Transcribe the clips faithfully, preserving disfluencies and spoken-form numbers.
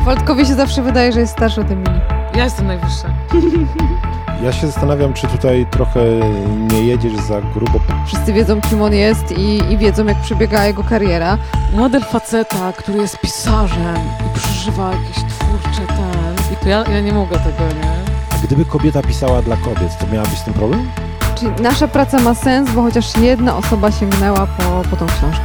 Waldkowi się zawsze wydaje, że jest starszy od Emilii. Ja jestem najwyższa. Ja się zastanawiam, czy tutaj trochę nie jedziesz za grubo. Wszyscy wiedzą, kim on jest i, i wiedzą, jak przebiega jego kariera. Model faceta, który jest pisarzem i przeżywa jakieś twórcze ten... I to ja, ja nie mogę tego, nie? A gdyby kobieta pisała dla kobiet, to miałabyś z tym problem? Czyli nasza praca ma sens, bo chociaż jedna osoba sięgnęła po, po tą książkę.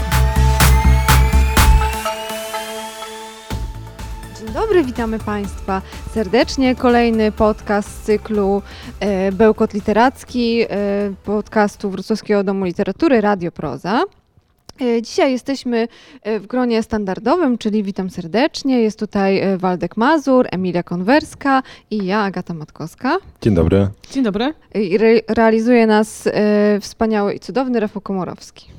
Dzień dobry, witamy Państwa serdecznie. Kolejny podcast z cyklu e, Bełkot Literacki, e, podcastu Wrocławskiego Domu Literatury Radio Proza. E, dzisiaj jesteśmy w gronie standardowym, czyli witam serdecznie. Jest tutaj Waldek Mazur, Emilia Konwerska i ja, Agata Matkowska. Dzień dobry. Dzień dobry. I re- realizuje nas e, wspaniały i cudowny Rafał Komorowski.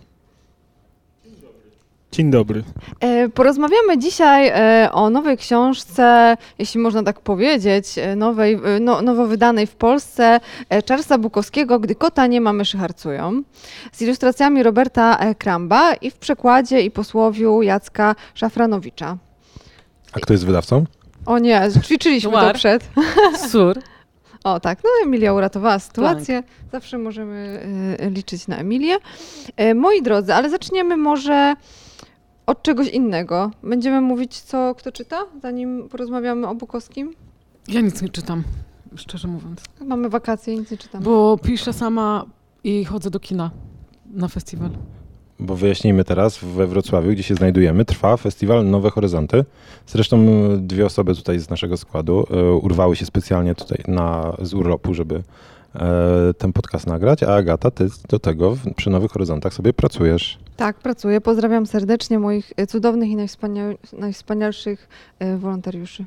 Dzień dobry. E, porozmawiamy dzisiaj e, o nowej książce, jeśli można tak powiedzieć, e, nowej, e, no, nowo wydanej w Polsce e, Charlesa Bukowskiego, Gdy kota nie ma, myszy harcują, z ilustracjami Roberta e, Kramba i w przekładzie i posłowiu Jacka Szafranowicza. A kto jest wydawcą? O nie, ćwiczyliśmy Noir. to przed. Sur. O tak, no Emilia uratowała sytuację. Zawsze możemy e, liczyć na Emilię. E, moi drodzy, ale zaczniemy może od czegoś innego. Będziemy mówić, co kto czyta, zanim porozmawiamy o Bukowskim? Ja nic nie czytam, szczerze mówiąc. Mamy wakacje, nic nie czytamy. Bo piszę sama i chodzę do kina na festiwal. Bo wyjaśnijmy teraz, we Wrocławiu, gdzie się znajdujemy, trwa festiwal Nowe Horyzonty. Zresztą dwie osoby tutaj z naszego składu e, urwały się specjalnie tutaj na, z urlopu, żeby e, ten podcast nagrać, a Agata, ty do tego w, przy Nowych Horyzontach sobie pracujesz. Tak, pracuję. Pozdrawiam serdecznie moich e, cudownych i najwspania- najwspanialszych e, wolontariuszy.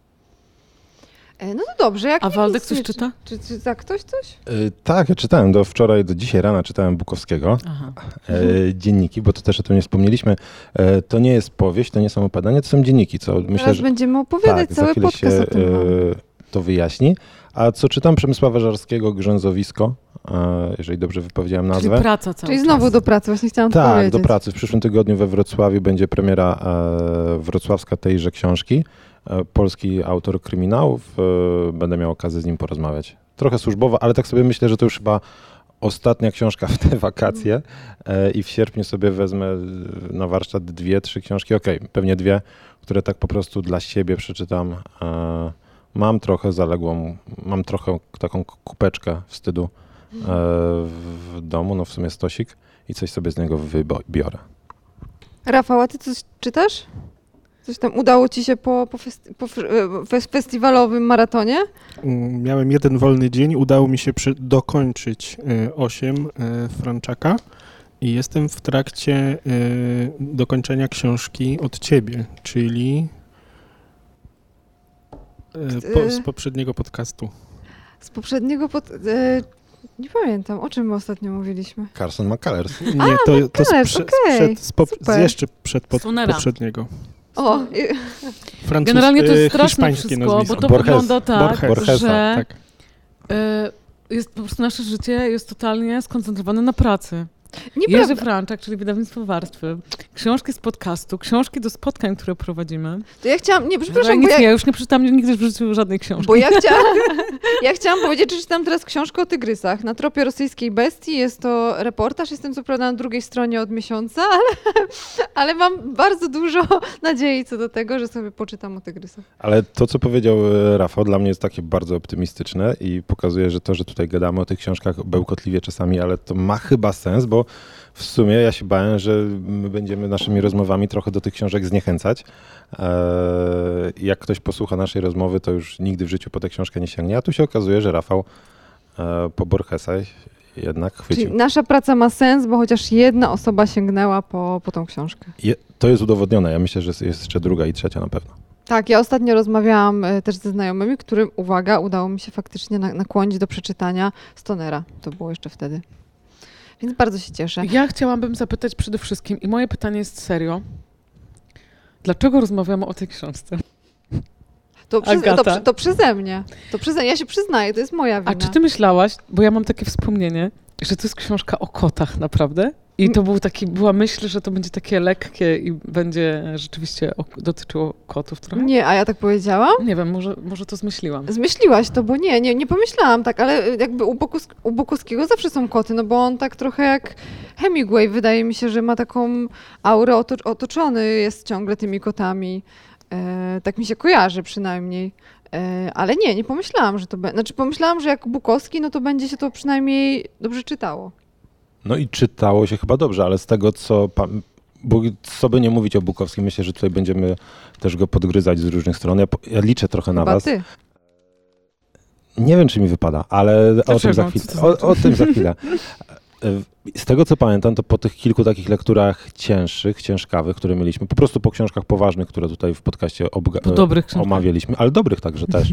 E, no to dobrze. Jak A nie- Waldek nic coś nie czyta? Czy, czy, czy tak, ktoś coś? E, tak, ja czytałem do wczoraj, do dzisiaj rana czytałem Bukowskiego. Aha. E, dzienniki, bo to też o tym nie wspomnieliśmy. E, to nie jest powieść, to nie są opowiadania, to są dzienniki, co myślę, Teraz że będziemy opowiadać tak, cały za chwilę podcast się o tym. mamy. e, to wyjaśni. A co czytam? Przemysława Żarskiego, Grzęzowisko, e, jeżeli dobrze wypowiedziałem Czyli nazwę. praca cały Czyli czas. znowu do pracy, właśnie chciałam to Tak, powiedzieć. do pracy. W przyszłym tygodniu we Wrocławiu będzie premiera e, wrocławska tejże książki. E, polski autor kryminałów. E, będę miał okazję z nim porozmawiać. Trochę służbowo, ale tak sobie myślę, że to już chyba ostatnia książka w te wakacje e, i w sierpniu sobie wezmę na warsztat dwie, trzy książki. Okej, okay, pewnie dwie, które tak po prostu dla siebie przeczytam. E, mam trochę zaległą, mam trochę taką kupeczkę wstydu e, w domu, no w sumie stosik i coś sobie z niego wybiorę. Rafał, a ty coś czytasz? Coś tam udało ci się po, po, festi- po fes- festiwalowym maratonie? Mm, Miałem jeden wolny dzień, udało mi się przy, dokończyć y, osiem y, Franczaka i jestem w trakcie y, dokończenia książki Od ciebie, czyli y, po, z poprzedniego podcastu. Z poprzedniego pod... E, nie pamiętam, o czym my ostatnio mówiliśmy. Carson McCullers. Nie, to, to z, Caleb, prze, okej, sprzed, z, pop, z super. jeszcze przed pod, Sunera. poprzedniego. O, i- Francus, Generalnie to y, jest straszne hiszpańskie wszystko, bo nazwisko. to Borges. wygląda tak, Borges. Borgesa, że Tak. y, jest po prostu nasze życie jest totalnie skoncentrowane na pracy. Jerzy nieprawda. Franczak, czyli wydawnictwo Warstwy, książki z podcastu, książki do spotkań, które prowadzimy. To ja chciałam, nie, Ja, przepraszam, bo nic, ja, ja już nie przeczytałam nigdy w życiu żadnej książki. bo ja chciałam, ja chciałam powiedzieć, że czytam teraz książkę o tygrysach. Na tropie rosyjskiej bestii jest to reportaż, jestem co prawda na drugiej stronie od miesiąca, ale, ale mam bardzo dużo nadziei co do tego, że sobie poczytam o tygrysach. Ale to, co powiedział e, Rafał, dla mnie jest takie bardzo optymistyczne i pokazuje, że to, że tutaj gadamy o tych książkach bełkotliwie czasami, ale to ma chyba sens, bo w sumie ja się bałem, że my będziemy naszymi rozmowami trochę do tych książek zniechęcać. Eee, jak ktoś posłucha naszej rozmowy, to już nigdy w życiu po tę książkę nie sięgnie. A tu się okazuje, że Rafał e, po Borgesa jednak chwycił. Czyli nasza praca ma sens, bo chociaż jedna osoba sięgnęła po, po tą książkę. Je, to jest udowodnione. Ja myślę, że jest jeszcze druga i trzecia na pewno. Tak, ja ostatnio rozmawiałam e, też ze znajomymi, którym, uwaga, udało mi się faktycznie na, nakłonić do przeczytania Stonera. To było jeszcze wtedy. Więc bardzo się cieszę. Ja chciałabym zapytać przede wszystkim, i moje pytanie jest serio, dlaczego rozmawiamy o tej książce? To, przez, to, Agata. to, to przeze mnie. To przeze Ja się przyznaję, to jest moja wina. A czy ty myślałaś, bo ja mam takie wspomnienie, że to jest książka o kotach naprawdę I to był taki, była myśl, że to będzie takie lekkie i będzie rzeczywiście o, dotyczyło kotów trochę. Nie, a ja tak powiedziałam? Nie wiem, może, może to zmyśliłam. Zmyśliłaś to, bo nie, nie, nie pomyślałam tak, ale jakby u, Bokus, u Bukowskiego zawsze są koty, no bo on tak trochę jak Hemingway, wydaje mi się, że ma taką aurę, otocz, otoczony jest ciągle tymi kotami. E, tak mi się kojarzy przynajmniej. E, ale nie, nie pomyślałam, że to będzie. Znaczy pomyślałam, że jak Bukowski, no to będzie się to przynajmniej dobrze czytało. No i czytało się chyba dobrze, ale z tego, co, pan, bo co by nie mówić o Bukowskim, myślę, że tutaj będziemy też go podgryzać z różnych stron. Ja, ja liczę trochę na Chyba was. ty. Nie wiem, czy mi wypada, ale o tym, za chwilę, Co to znaczy? o, o tym za chwilę. Z tego, co pamiętam, to po tych kilku takich lekturach cięższych, ciężkawych, które mieliśmy, po prostu po książkach poważnych, które tutaj w podcaście obga- Po dobrych książkach. omawialiśmy, ale dobrych także też. E,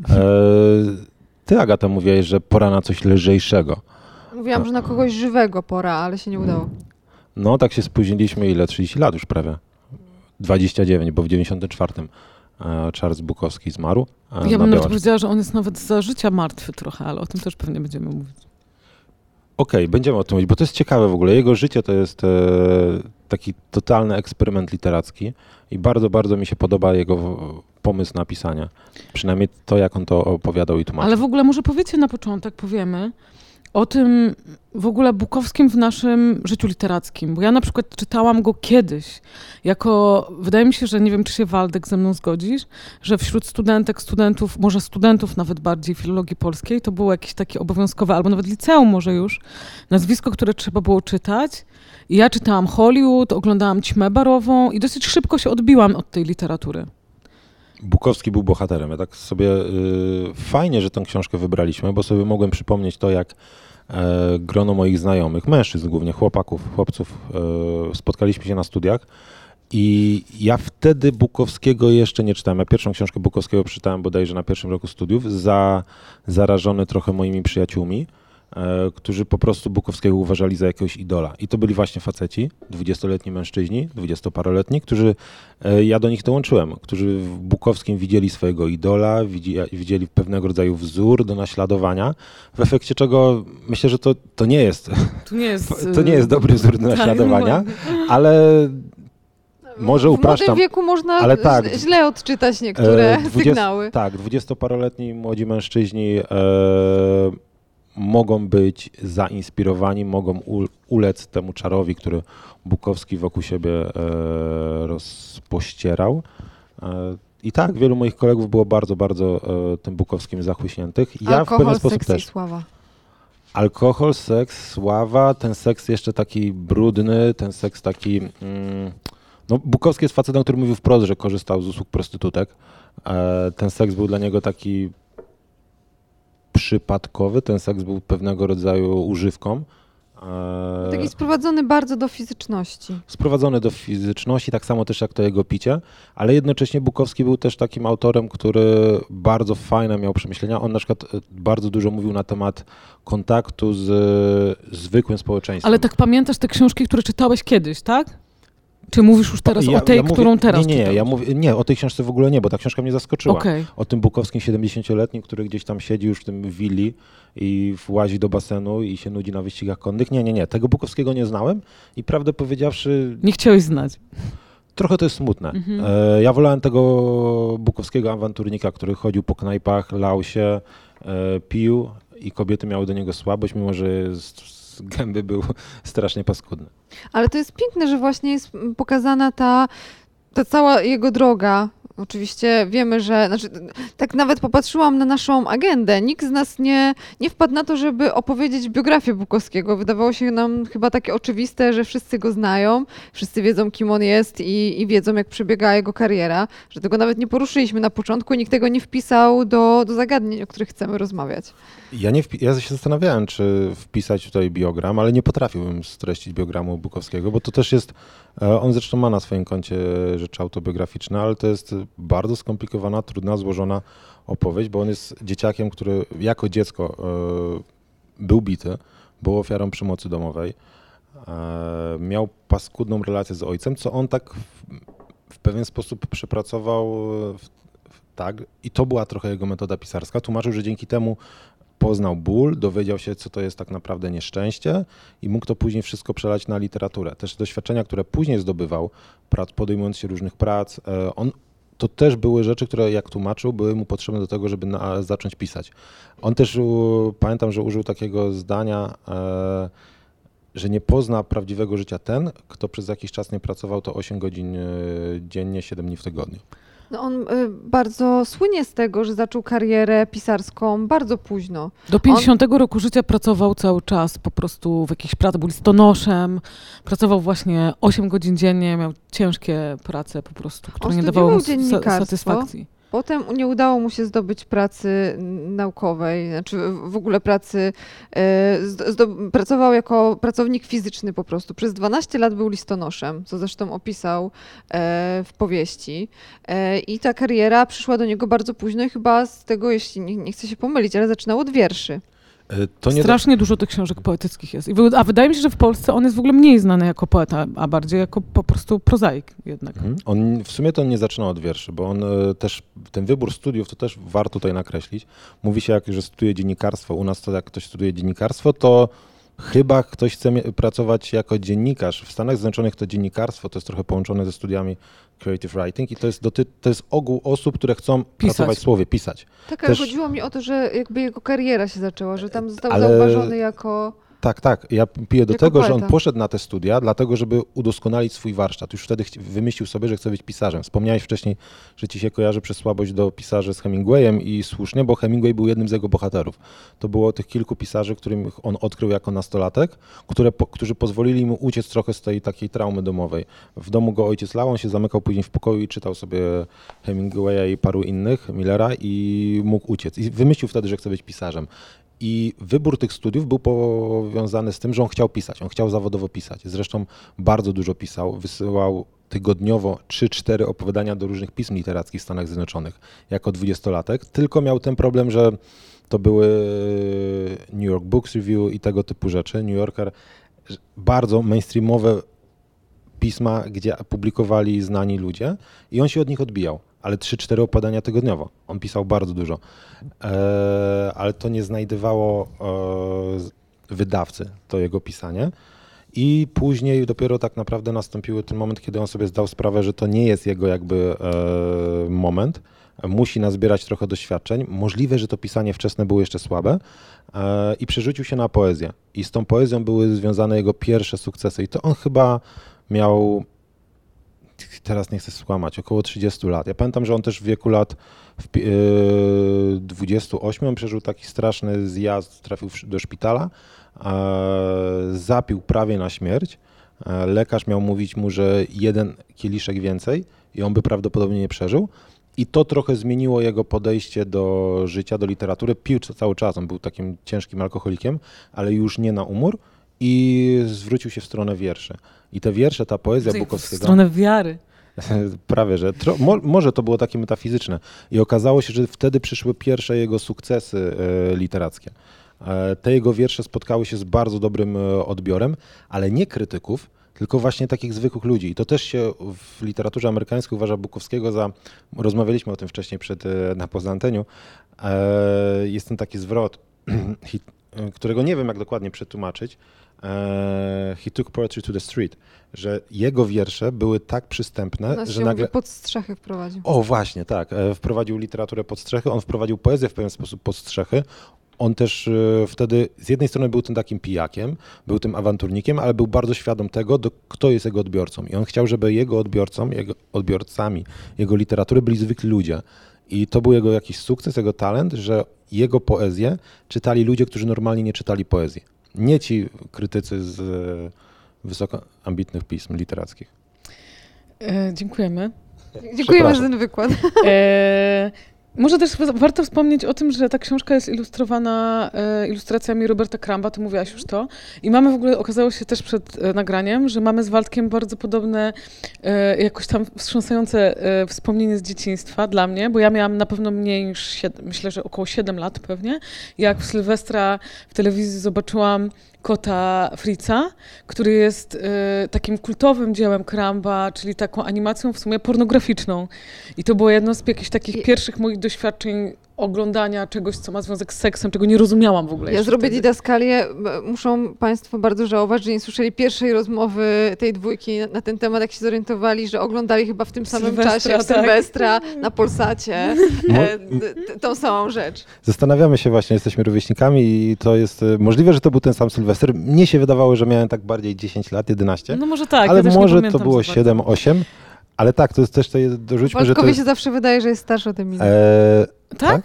ty, Agata, mówiłaś, że pora na coś lżejszego. Mówiłam, że na kogoś żywego pora, ale się nie udało. No, tak się spóźniliśmy, ile? trzydzieści lat już prawie. dwadzieścia dziewięć, bo w dziewięćdziesiątym czwartym e, Charles Bukowski zmarł. E, Ja na bym nawet Białorusi. powiedziała, że on jest nawet za życia martwy trochę, ale o tym też pewnie będziemy mówić. Okej, okay, będziemy o tym mówić, bo to jest ciekawe w ogóle. Jego życie to jest e, taki totalny eksperyment literacki i bardzo, bardzo mi się podoba jego w, pomysł na pisanie. Przynajmniej to, jak on to opowiadał i tłumaczył. Ale w ogóle może powiecie na początek, powiemy o tym w ogóle Bukowskim w naszym życiu literackim, bo ja na przykład czytałam go kiedyś, jako, wydaje mi się, że nie wiem, czy się Waldek ze mną zgodzisz, że wśród studentek, studentów, może studentów nawet bardziej filologii polskiej, to było jakieś takie obowiązkowe, albo nawet liceum może już, nazwisko, które trzeba było czytać. I ja czytałam Hollywood, oglądałam Ćmę Barową i dosyć szybko się odbiłam od tej literatury. Bukowski był bohaterem. Ja tak sobie y, fajnie, że tę książkę wybraliśmy, bo sobie mogłem przypomnieć to, jak e, grono moich znajomych, mężczyzn głównie, chłopaków, chłopców, e, spotkaliśmy się na studiach i ja wtedy Bukowskiego jeszcze nie czytałem. Ja pierwszą książkę Bukowskiego przeczytałem bodajże na pierwszym roku studiów, za, zarażony trochę moimi przyjaciółmi, e, którzy po prostu Bukowskiego uważali za jakiegoś idola. I to byli właśnie faceci, dwudziestoletni mężczyźni, dwudziestoparoletni, którzy, e, ja do nich dołączyłem, którzy w Bukowskim widzieli swojego idola, widzi, widzieli pewnego rodzaju wzór do naśladowania, w efekcie czego myślę, że to, to nie jest, To nie jest, to nie jest dobry wzór do naśladowania, ale może upraszczam. W młodym wieku można ale tak, źle- źle odczytać niektóre e, dwudziest- sygnały. Tak, dwudziestoparoletni młodzi mężczyźni e, mogą być zainspirowani, mogą u, ulec temu czarowi, który Bukowski wokół siebie e, rozpościerał. E, I tak, wielu moich kolegów było bardzo, bardzo e, tym Bukowskim zachłyśniętych. Ja Alkohol, w pewien sposób seks też. i sława. Alkohol, seks, sława, ten seks jeszcze taki brudny, ten seks taki... Mm, no, Bukowski jest facetem, który mówił wprost, że korzystał z usług prostytutek. E, ten seks był dla niego taki przypadkowy, ten seks był pewnego rodzaju używką. E, Taki sprowadzony bardzo do fizyczności. sprowadzony do fizyczności, tak samo też jak to jego picie, ale jednocześnie Bukowski był też takim autorem, który bardzo fajne miał przemyślenia. On na przykład bardzo dużo mówił na temat kontaktu z zwykłym społeczeństwem. Ale tak pamiętasz te książki, które czytałeś kiedyś, tak? Czy mówisz już teraz Ja- o tej, ja mówię- którą teraz Nie, nie, czytałeś? ja mówię, nie, o tej książce w ogóle nie, bo ta książka mnie zaskoczyła. Okej. O tym Bukowskim siedemdziesięcioletnim, który gdzieś tam siedzi już w tym willi i włazi do basenu i się nudzi na wyścigach konnych. Nie, nie, nie, tego Bukowskiego nie znałem i prawdę powiedziawszy, Nie chciałeś znać. trochę to jest smutne. Mhm. E, ja wolałem tego Bukowskiego awanturnika, który chodził po knajpach, lał się, e, pił i kobiety miały do niego słabość, mimo że z, z gęby był strasznie paskudny. Ale to jest piękne, że właśnie jest pokazana ta, ta cała jego droga. Oczywiście wiemy, że, znaczy, tak nawet popatrzyłam na naszą agendę. Nikt z nas nie, nie wpadł na to, żeby opowiedzieć biografię Bukowskiego. Wydawało się nam chyba takie oczywiste, że wszyscy go znają, wszyscy wiedzą, kim on jest i, i wiedzą, jak przebiegała jego kariera, że tego nawet nie poruszyliśmy na początku i nikt tego nie wpisał do, do zagadnień, o których chcemy rozmawiać. Ja, nie wpi- ja się zastanawiałem, czy wpisać tutaj biogram, ale nie potrafiłbym streścić biogramu Bukowskiego, bo to też jest, e, on zresztą ma na swoim koncie rzeczy autobiograficzne, ale to jest bardzo skomplikowana, trudna, złożona opowieść, bo on jest dzieciakiem, który jako dziecko e, był bity, był ofiarą przemocy domowej, e, miał paskudną relację z ojcem, co on tak w, w pewien sposób przepracował w, w, tak i to była trochę jego metoda pisarska. Tłumaczył, że dzięki temu poznał ból, dowiedział się, co to jest tak naprawdę nieszczęście i mógł to później wszystko przelać na literaturę. Też doświadczenia, które później zdobywał, prac, podejmując się różnych prac, on, to też były rzeczy, które jak tłumaczył, były mu potrzebne do tego, żeby na, zacząć pisać. On też, u, pamiętam, że użył takiego zdania, e, że nie pozna prawdziwego życia ten, kto przez jakiś czas nie pracował to osiem godzin dziennie, siedem dni w tygodniu. No on y, bardzo słynie z tego, że zaczął karierę pisarską bardzo późno. Do pięćdziesiątego on... roku życia pracował cały czas po prostu w jakiejś pracy, był listonoszem, pracował właśnie osiem godzin dziennie, miał ciężkie prace po prostu, które nie dawały mu sa- satysfakcji. Potem nie udało mu się zdobyć pracy naukowej, znaczy w ogóle pracy, zdo- pracował jako pracownik fizyczny po prostu. Przez dwanaście lat był listonoszem, co zresztą opisał w powieści. I ta kariera przyszła do niego bardzo późno i chyba z tego, jeśli nie, nie chcę się pomylić, ale zaczynał od wierszy. To nie Strasznie do... dużo tych książek poetyckich jest. A wydaje mi się, że w Polsce on jest w ogóle mniej znany jako poeta, a bardziej jako po prostu prozaik jednak. Mhm. On, w sumie to on nie zaczynał od wierszy, bo on też, ten wybór studiów, to też warto tutaj nakreślić. Mówi się, jak, że studiuje dziennikarstwo. U nas to jak ktoś studiuje dziennikarstwo, to chyba ktoś chce pracować jako dziennikarz. W Stanach Zjednoczonych to dziennikarstwo to jest trochę połączone ze studiami creative writing i to jest, doty- to jest ogół osób, które chcą pisać. pracować w słowie, pisać. Tak, ale Też... chodziło mi o to, że jakby jego kariera się zaczęła, że tam został ale... zauważony jako... Tak, tak. Ja piję do jako tego, poeta. że on poszedł na te studia, dlatego żeby udoskonalić swój warsztat. Już wtedy wymyślił sobie, że chce być pisarzem. Wspomniałeś wcześniej, że ci się kojarzy przez słabość do pisarzy z Hemingwayem i słusznie, bo Hemingway był jednym z jego bohaterów. To było tych kilku pisarzy, których on odkrył jako nastolatek, które, po, którzy pozwolili mu uciec trochę z tej takiej traumy domowej. W domu go ojciec lał, on się zamykał później w pokoju i czytał sobie Hemingwaya i paru innych, Millera i mógł uciec. I wymyślił wtedy, że chce być pisarzem. I wybór tych studiów był powiązany z tym, że on chciał pisać, on chciał zawodowo pisać. Zresztą bardzo dużo pisał, wysyłał tygodniowo trzy cztery opowiadania do różnych pism literackich w Stanach Zjednoczonych jako dwudziestolatek, tylko miał ten problem, że to były New York Books Review i tego typu rzeczy, New Yorker, bardzo mainstreamowe pisma, gdzie publikowali znani ludzie i on się od nich odbijał. Ale trzy cztery opowiadania tygodniowo. On pisał bardzo dużo, e, ale to nie znajdowało e, wydawcy, to jego pisanie. I później dopiero tak naprawdę nastąpił ten moment, kiedy on sobie zdał sprawę, że to nie jest jego jakby e, moment. Musi nazbierać trochę doświadczeń. Możliwe, że to pisanie wczesne było jeszcze słabe e, i przerzucił się na poezję. I z tą poezją były związane jego pierwsze sukcesy. I to on chyba miał... Teraz nie chcę skłamać, około trzydziestu lat. Ja pamiętam, że on też w wieku lat w, yy, dwudziestu ośmiu on przeżył taki straszny zjazd, trafił do szpitala, e, zapił prawie na śmierć. E, lekarz miał mówić mu, że jeden kieliszek więcej i on by prawdopodobnie nie przeżył. I to trochę zmieniło jego podejście do życia, do literatury. Pił cały czas, on był takim ciężkim alkoholikiem, ale już nie na umór. I zwrócił się w stronę wierszy. I te wiersze, ta poezja Bukowskiego... W stronę wiary. Prawie, że. Tro, mo, może to było takie metafizyczne. I okazało się, że wtedy przyszły pierwsze jego sukcesy e, literackie. E, te jego wiersze spotkały się z bardzo dobrym e, odbiorem, ale nie krytyków, tylko właśnie takich zwykłych ludzi. I to też się w literaturze amerykańskiej uważa Bukowskiego za... Rozmawialiśmy o tym wcześniej przed, na poza anteniu. E, jest ten taki zwrot, którego nie wiem, jak dokładnie przetłumaczyć. He took poetry to the street, że jego wiersze były tak przystępne, no, że nagle... pod strzechy wprowadził. O, właśnie, tak. Wprowadził literaturę pod strzechy, on wprowadził poezję w pewien sposób pod strzechy. On też wtedy z jednej strony był tym takim pijakiem, był tym awanturnikiem, ale był bardzo świadom tego, do, kto jest jego odbiorcą. I on chciał, żeby jego odbiorcą, jego odbiorcami jego literatury byli zwykli ludzie. I to był jego jakiś sukces, jego talent, że jego poezję czytali ludzie, którzy normalnie nie czytali poezji. Nie ci krytycy z wysoko ambitnych pism literackich. E, dziękujemy. Dziękujemy za ten wykład. E, może też warto wspomnieć o tym, że ta książka jest ilustrowana e, ilustracjami Roberta Cramba, ty mówiłaś już to. I mamy w ogóle, okazało się też przed e, nagraniem, że mamy z Waldkiem bardzo podobne, e, jakoś tam wstrząsające e, wspomnienie z dzieciństwa dla mnie, bo ja miałam na pewno mniej niż, siedem, myślę, że około siedem lat pewnie, jak w Sylwestra w telewizji zobaczyłam Kota Fritza, który jest y, takim kultowym dziełem Cramba, czyli taką animacją w sumie pornograficzną. I to było jedno z jakichś takich I... pierwszych moich doświadczeń oglądania czegoś, co ma związek z seksem, czego nie rozumiałam w ogóle. Ja zrobię wtedy. didaskalię. Muszą Państwo bardzo żałować, że nie słyszeli pierwszej rozmowy tej dwójki na ten temat, jak się zorientowali, że oglądali chyba w tym samym Sylwestra, czasie w tak. Sylwestra na Polsacie e, t, t, tą samą rzecz. Zastanawiamy się właśnie, jesteśmy rówieśnikami i to jest e, możliwe, że to był ten sam Sylwester. Mnie się wydawało, że miałem tak bardziej dziesięć lat, jedenaście, No może tak, ale ja też nie może pamiętam to było za bardzo. siedem, osiem. Ale tak, to jest też, to jest, dorzućmy, że to Waldkowi jest... się zawsze wydaje, że jest starszy ode mnie. E, Tak?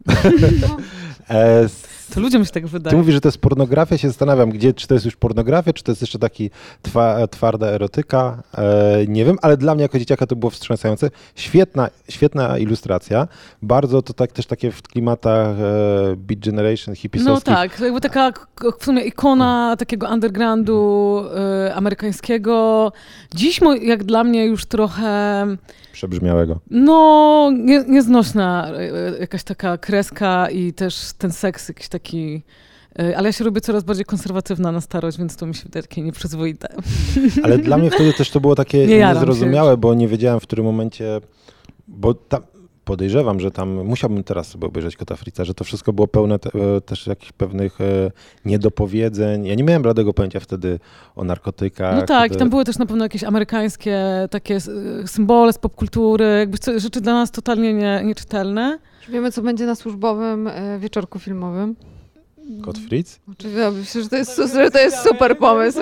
e, s- To ludziom się tak Ty wydaje. mówisz, że to jest pornografia, się zastanawiam, gdzie, czy to jest już pornografia, czy to jest jeszcze taki twa, twarda erotyka, e, nie wiem, ale dla mnie jako dzieciaka to było wstrząsające. Świetna, świetna ilustracja, bardzo to tak też takie w klimatach e, Beat Generation, No hipisowskich. tak, to jakby taka k- w sumie ikona takiego undergroundu y, amerykańskiego. Dziś mo- jak dla mnie już trochę Przebrzmiałego. no nie, nieznośna y, jakaś taka kreska i też ten seks jakiś taki. y, Ale ja się robię coraz bardziej konserwatywna na starość, więc to mi się wydaje takie nieprzyzwoite. Ale dla mnie wtedy też to było takie Nie jaram się niezrozumiałe, bo nie wiedziałem, w którym momencie, bo tam podejrzewam, że tam musiałbym teraz sobie obejrzeć Kota Fritza, że to wszystko było pełne te, e, też jakichś pewnych e, niedopowiedzeń. Ja nie miałem bladego pojęcia wtedy o narkotykach. No tak, i e, tam były też na pewno jakieś amerykańskie takie s- symbole z popkultury, jakby co- rzeczy dla nas totalnie nie, nieczytelne. Wiemy, co będzie na służbowym e, wieczorku filmowym. Kot Fritz? Oczywiście, ja myślę, że to jest, że to jest super pomysł.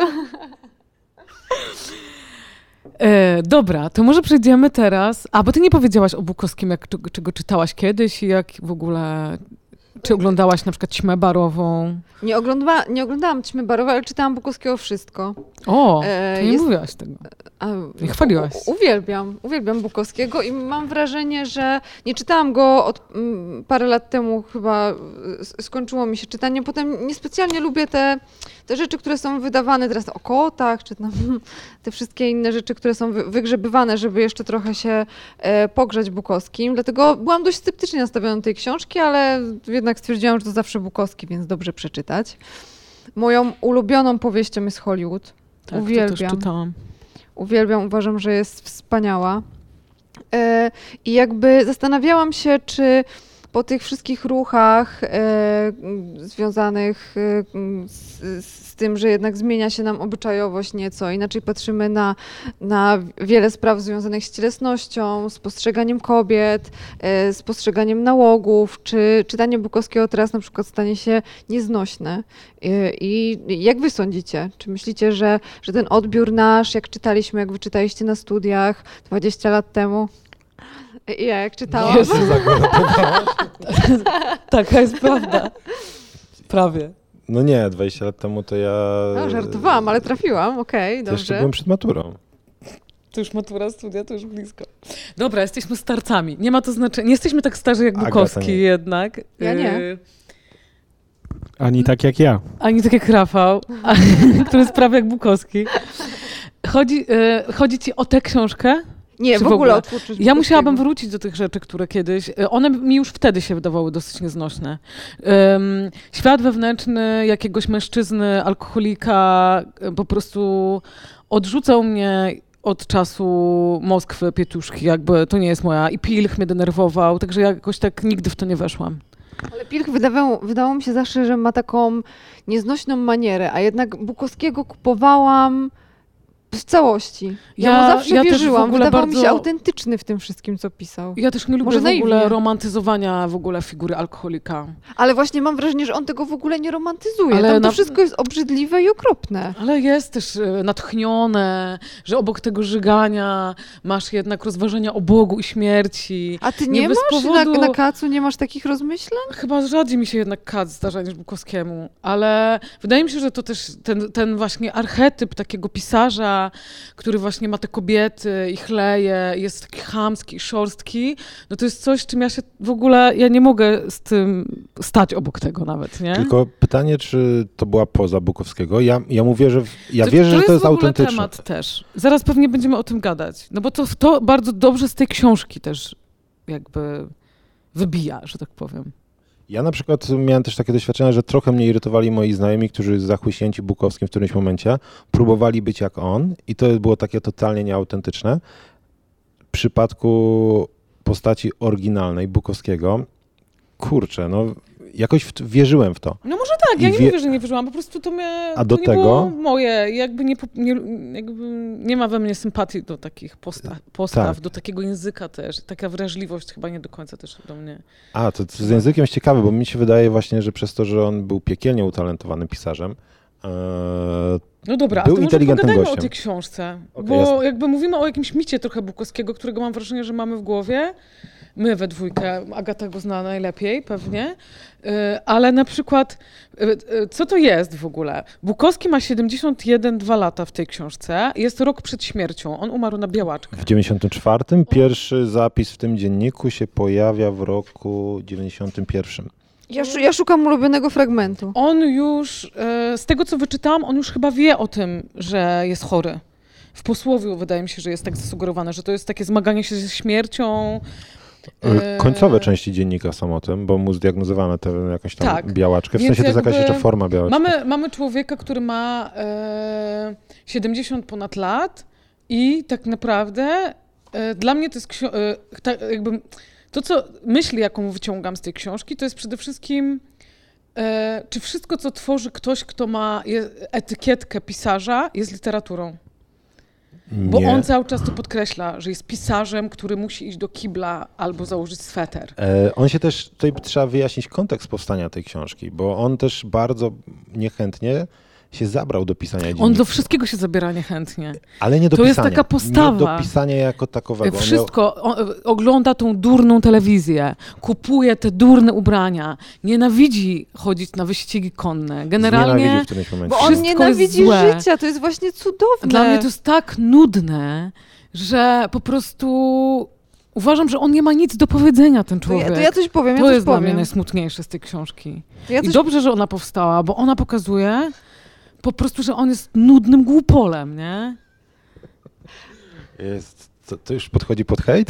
E, dobra, to może przejdziemy teraz. A, bo ty nie powiedziałaś o Bukowskim, jak, czego, czego czytałaś kiedyś i jak w ogóle. Czy oglądałaś na przykład Ćmę barową? Nie, oglądała, nie oglądałam Ćmy barowe, ale czytałam Bukowskiego wszystko. O, E, to nie jest- mówiłaś tego. A, Nie chwaliłaś. U, uwielbiam, uwielbiam Bukowskiego i mam wrażenie, że nie czytałam go od mm, parę lat temu, chyba s- skończyło mi się czytanie. Potem niespecjalnie lubię te, te rzeczy, które są wydawane teraz o kotach, czy tam, te wszystkie inne rzeczy, które są wy, wygrzebywane, żeby jeszcze trochę się e, pogrzać Bukowskim. Dlatego byłam dość sceptycznie nastawiona do tej książki, ale jednak stwierdziłam, że to zawsze Bukowski, więc dobrze przeczytać. Moją ulubioną powieścią jest Hollywood. Tak, to Uwielbiam. też czytałam. Uwielbiam, uważam, że jest wspaniała. E, I jakby zastanawiałam się, czy po tych wszystkich ruchach e, m, związanych e, m, z, z tym, że jednak zmienia się nam obyczajowość nieco, inaczej patrzymy na, na wiele spraw związanych z cielesnością, z postrzeganiem kobiet, e, z postrzeganiem nałogów, czy czytanie Bukowskiego teraz na przykład stanie się nieznośne. E, I jak wy sądzicie? Czy myślicie, że, że ten odbiór nasz, jak czytaliśmy, jak wy czytaliście na studiach dwadzieścia lat temu, i ja jak czytałam, Jezu, taka jest prawda. Prawie. No nie, dwadzieścia lat temu to ja... no, żartowałam, ale trafiłam, okej, to jeszcze dobrze. byłem przed maturą. To już matura, studia, to już blisko. Dobra, jesteśmy starcami. Nie ma to znaczenia. Nie jesteśmy tak starzy jak Agata Bukowski nie. jednak. Ja nie. Y, Ani tak jak ja. Ani tak jak Rafał, a, który jest prawie jak Bukowski. Chodzi, y, chodzi ci o tę książkę? Nie, w Czy w ogóle ogóle? o twórczość Ja musiałabym Bukowskiego. wrócić do tych rzeczy, które kiedyś... y, One mi już wtedy się wydawały dosyć nieznośne. Ym, świat wewnętrzny jakiegoś mężczyzny, alkoholika y, po prostu odrzucał mnie od czasu Moskwy, Pietruszki, jakby to nie jest moja... I Pilch mnie denerwował, także ja jakoś tak nigdy w to nie weszłam. Ale Pilch wydawało, wydało mi się zawsze, że ma taką nieznośną manierę, a jednak Bukowskiego kupowałam w całości. Ja, Ja- mu zawsze ja też w wierzyłam. ogóle Wydawał mi się bardzo- autentyczny w tym wszystkim, co pisał. Ja też nie lubię Może w ogóle naiwnie. romantyzowania w ogóle figury alkoholika. Ale właśnie mam wrażenie, że on tego w ogóle nie romantyzuje. Ale Tam to na- wszystko jest obrzydliwe i okropne. Ale jest też e, natchnione, że obok tego żygania masz jednak rozważania o Bogu i śmierci. A ty Nie nie, bez masz powodu- na, na kacu, nie masz takich rozmyśleń? Chyba rzadziej mi się jednak Kat zdarza niż Bukowskiemu, ale wydaje mi się, że to też ten, ten właśnie archetyp takiego pisarza, który właśnie ma te kobiety i chleje, jest taki chamski, szorstki, no to jest coś, czym ja się w ogóle, ja nie mogę z tym stać obok tego nawet, nie? Tylko pytanie, czy to była poza Bukowskiego? Ja, ja mówię, że w- ja to, wierzę, to że to jest w ogóle autentyczne. temat też. Zaraz pewnie będziemy o tym gadać, no bo to, to bardzo dobrze z tej książki też jakby wybija, że tak powiem. Ja na przykład miałem też takie doświadczenia, że trochę mnie irytowali moi znajomi, którzy zachłyśnięci Bukowskim w którymś momencie próbowali być jak on i to było takie totalnie nieautentyczne. W przypadku postaci oryginalnej Bukowskiego, kurczę, no jakoś w, wierzyłem w to. No może tak, ja I nie wie... mówię, że nie wierzyłam, po prostu to mnie A do to nie tego... było moje, jakby nie, nie, jakby nie ma we mnie sympatii do takich postaw, postaw tak. do takiego języka też, taka wrażliwość chyba nie do końca też do mnie. A, to, to z językiem jest ciekawe, bo mi się wydaje właśnie, że przez to, że on był piekielnie utalentowanym pisarzem, e... No dobra, był a to może inteligentnym pogadajmy gościem. o tej książce, Okay, bo jasne. jakby mówimy o jakimś micie trochę Bukowskiego, którego mam wrażenie, że mamy w głowie. My we dwójkę, Agata go zna najlepiej pewnie, ale na przykład, co to jest w ogóle? Bukowski ma siedemdziesiąt jeden, dwa lata w tej książce, jest rok przed śmiercią, on umarł na białaczkę. W dziewięćdziesiątym czwartym pierwszy zapis w tym dzienniku się pojawia w roku dziewięćdziesiątym pierwszym. Ja, ja szukam ulubionego fragmentu. On już, z tego co wyczytałam, on już chyba wie o tym, że jest chory. W posłowiu wydaje mi się, że jest tak zasugerowane, że to jest takie zmaganie się ze śmiercią. Końcowe części dziennika są o tym, bo mu zdiagnozowano tę jakąś tam tak. białaczkę. W Więc sensie to jest jakaś jeszcze forma białaczki. Mamy, mamy człowieka, który ma e, siedemdziesiąt ponad lat i tak naprawdę e, dla mnie to jest ksio- e, ta, jakby to, co myśli, jaką wyciągam z tej książki, to jest przede wszystkim e, czy wszystko, co tworzy ktoś, kto ma je, etykietkę pisarza, jest literaturą. Bo Nie. on cały czas to podkreśla, że jest pisarzem, który musi iść do kibla albo założyć sweter. E, on się też, tutaj trzeba wyjaśnić kontekst powstania tej książki, bo on też bardzo niechętnie się zabrał do pisania dziennika. On do wszystkiego się zabiera niechętnie. Ale nie do to pisania. jest taka postawa. Nie do pisania jako takowego. Wszystko. On miał... Ogląda tą durną telewizję, kupuje te durne ubrania, nienawidzi chodzić na wyścigi konne. Generalnie w którymś momencie. Bo on nienawidzi życia, to jest właśnie cudowne. Dla mnie to jest tak nudne, że po prostu uważam, że on nie ma nic do powiedzenia, ten człowiek. To ja, to ja coś powiem, To ja coś jest powiem. dla mnie najsmutniejsze z tej książki. Ja coś... I dobrze, że ona powstała, bo ona pokazuje po prostu, że on jest nudnym głupolem, nie? Jest, to, to już podchodzi pod hejt?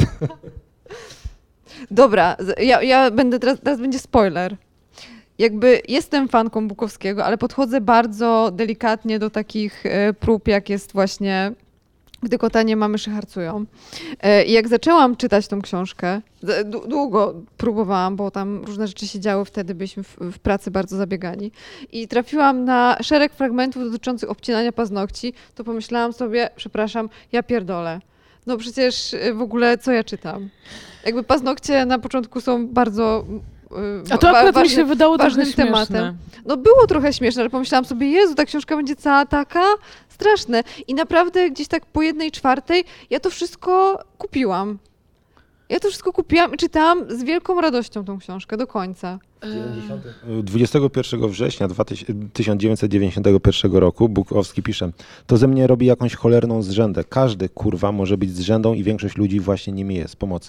Dobra, ja, ja będę teraz, teraz będzie spoiler. Jakby jestem fanką Bukowskiego, ale podchodzę bardzo delikatnie do takich e, prób, jak jest właśnie Gdy kota nie ma, myszy harcują. E, I jak zaczęłam czytać tą książkę, d- długo próbowałam, bo tam różne rzeczy się działy, wtedy byliśmy w, w pracy bardzo zabiegani. I trafiłam na szereg fragmentów dotyczących obcinania paznokci, to pomyślałam sobie, przepraszam, ja pierdolę. No przecież w ogóle co ja czytam? Jakby paznokcie na początku są bardzo... A to akurat wa- mi się wydało ważnym trochę śmieszne. tematem. No było trochę śmieszne, ale pomyślałam sobie, Jezu, ta książka będzie cała taka straszne. I naprawdę gdzieś tak po jednej czwartej ja to wszystko kupiłam. Ja to wszystko kupiłam i czytałam z wielką radością tą książkę do końca. dwudziestego pierwszego września tysiąc dziewięćset dziewięćdziesiątego pierwszego roku Bukowski pisze: to ze mnie robi jakąś cholerną zrzędę. Każdy, kurwa, może być zrzędą i większość ludzi właśnie nimi jest. Pomocy.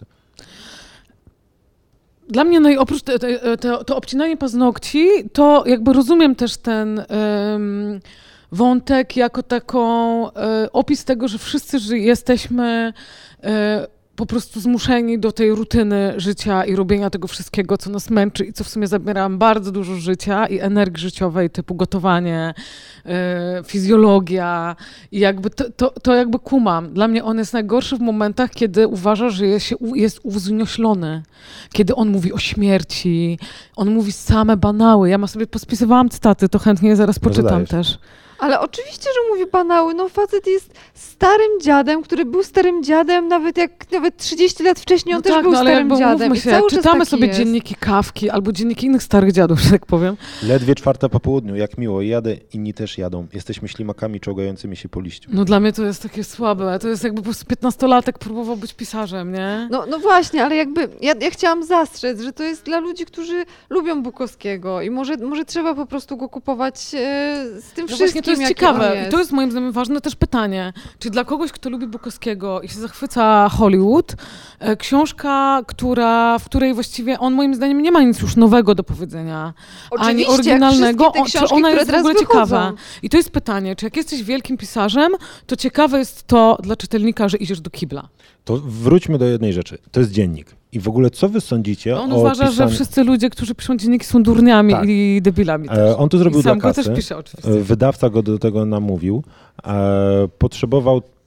Dla mnie, no i oprócz te, te, te, to obcinanie paznokci, to jakby rozumiem też ten um, wątek jako taką um, opis tego, że wszyscy że jesteśmy um, po prostu zmuszeni do tej rutyny życia i robienia tego wszystkiego, co nas męczy i co w sumie zabiera nam bardzo dużo życia i energii życiowej, typu gotowanie, yy, fizjologia i jakby to, to, to jakby kumam. Dla mnie on jest najgorszy w momentach, kiedy uważa, że jest, się, jest uwznioślony, kiedy on mówi o śmierci, on mówi same banały. Ja ma sobie pospisywałam cytaty, to chętnie je zaraz poczytam Zadajesz. też. Ale oczywiście, że mówi banały. No facet jest starym dziadem, który był starym dziadem, nawet jak nawet trzydzieści lat wcześniej on No też tak, był no ale starym jakby dziadem. umówmy I się, cały czas czytamy taki sobie jest. dzienniki Kawki albo dzienniki innych starych dziadów, że tak powiem. Ledwie czwarta po południu, jak miło, jadę, inni też jadą. Jesteśmy ślimakami czołgającymi się po liściu. No dla mnie to jest takie słabe. To jest jakby po prostu piętnastolatek próbował być pisarzem, nie? No, no właśnie, ale jakby ja, ja chciałam zastrzec, że to jest dla ludzi, którzy lubią Bukowskiego i może, może trzeba po prostu go kupować e, z tym No wszystkim, właśnie to jest jaki ciekawe. on I jest. to jest moim zdaniem ważne też pytanie. Czy dla kogoś, kto lubi Bukowskiego i się zachwyca Hollywood, e, książka, która, w której właściwie on moim zdaniem nie ma nic już nowego do powiedzenia, ani Oczywiście, jak oryginalnego, wszystkie te o, czy książki, ona które jest w teraz ogóle wychodzą. ciekawa. I to jest pytanie, czy jak jesteś wielkim pisarzem, to ciekawe jest to dla czytelnika, że idziesz do kibla. To wróćmy do jednej rzeczy. To jest dziennik. I w ogóle co wy sądzicie On o uważa, pisaniu... że wszyscy ludzie, którzy piszą dzienniki, są durniami Tak. i debilami też. E, on to zrobił I sam dla go kasy. też pisze oczywiście. E, Wydawca go do tego namówił. E, potrzebował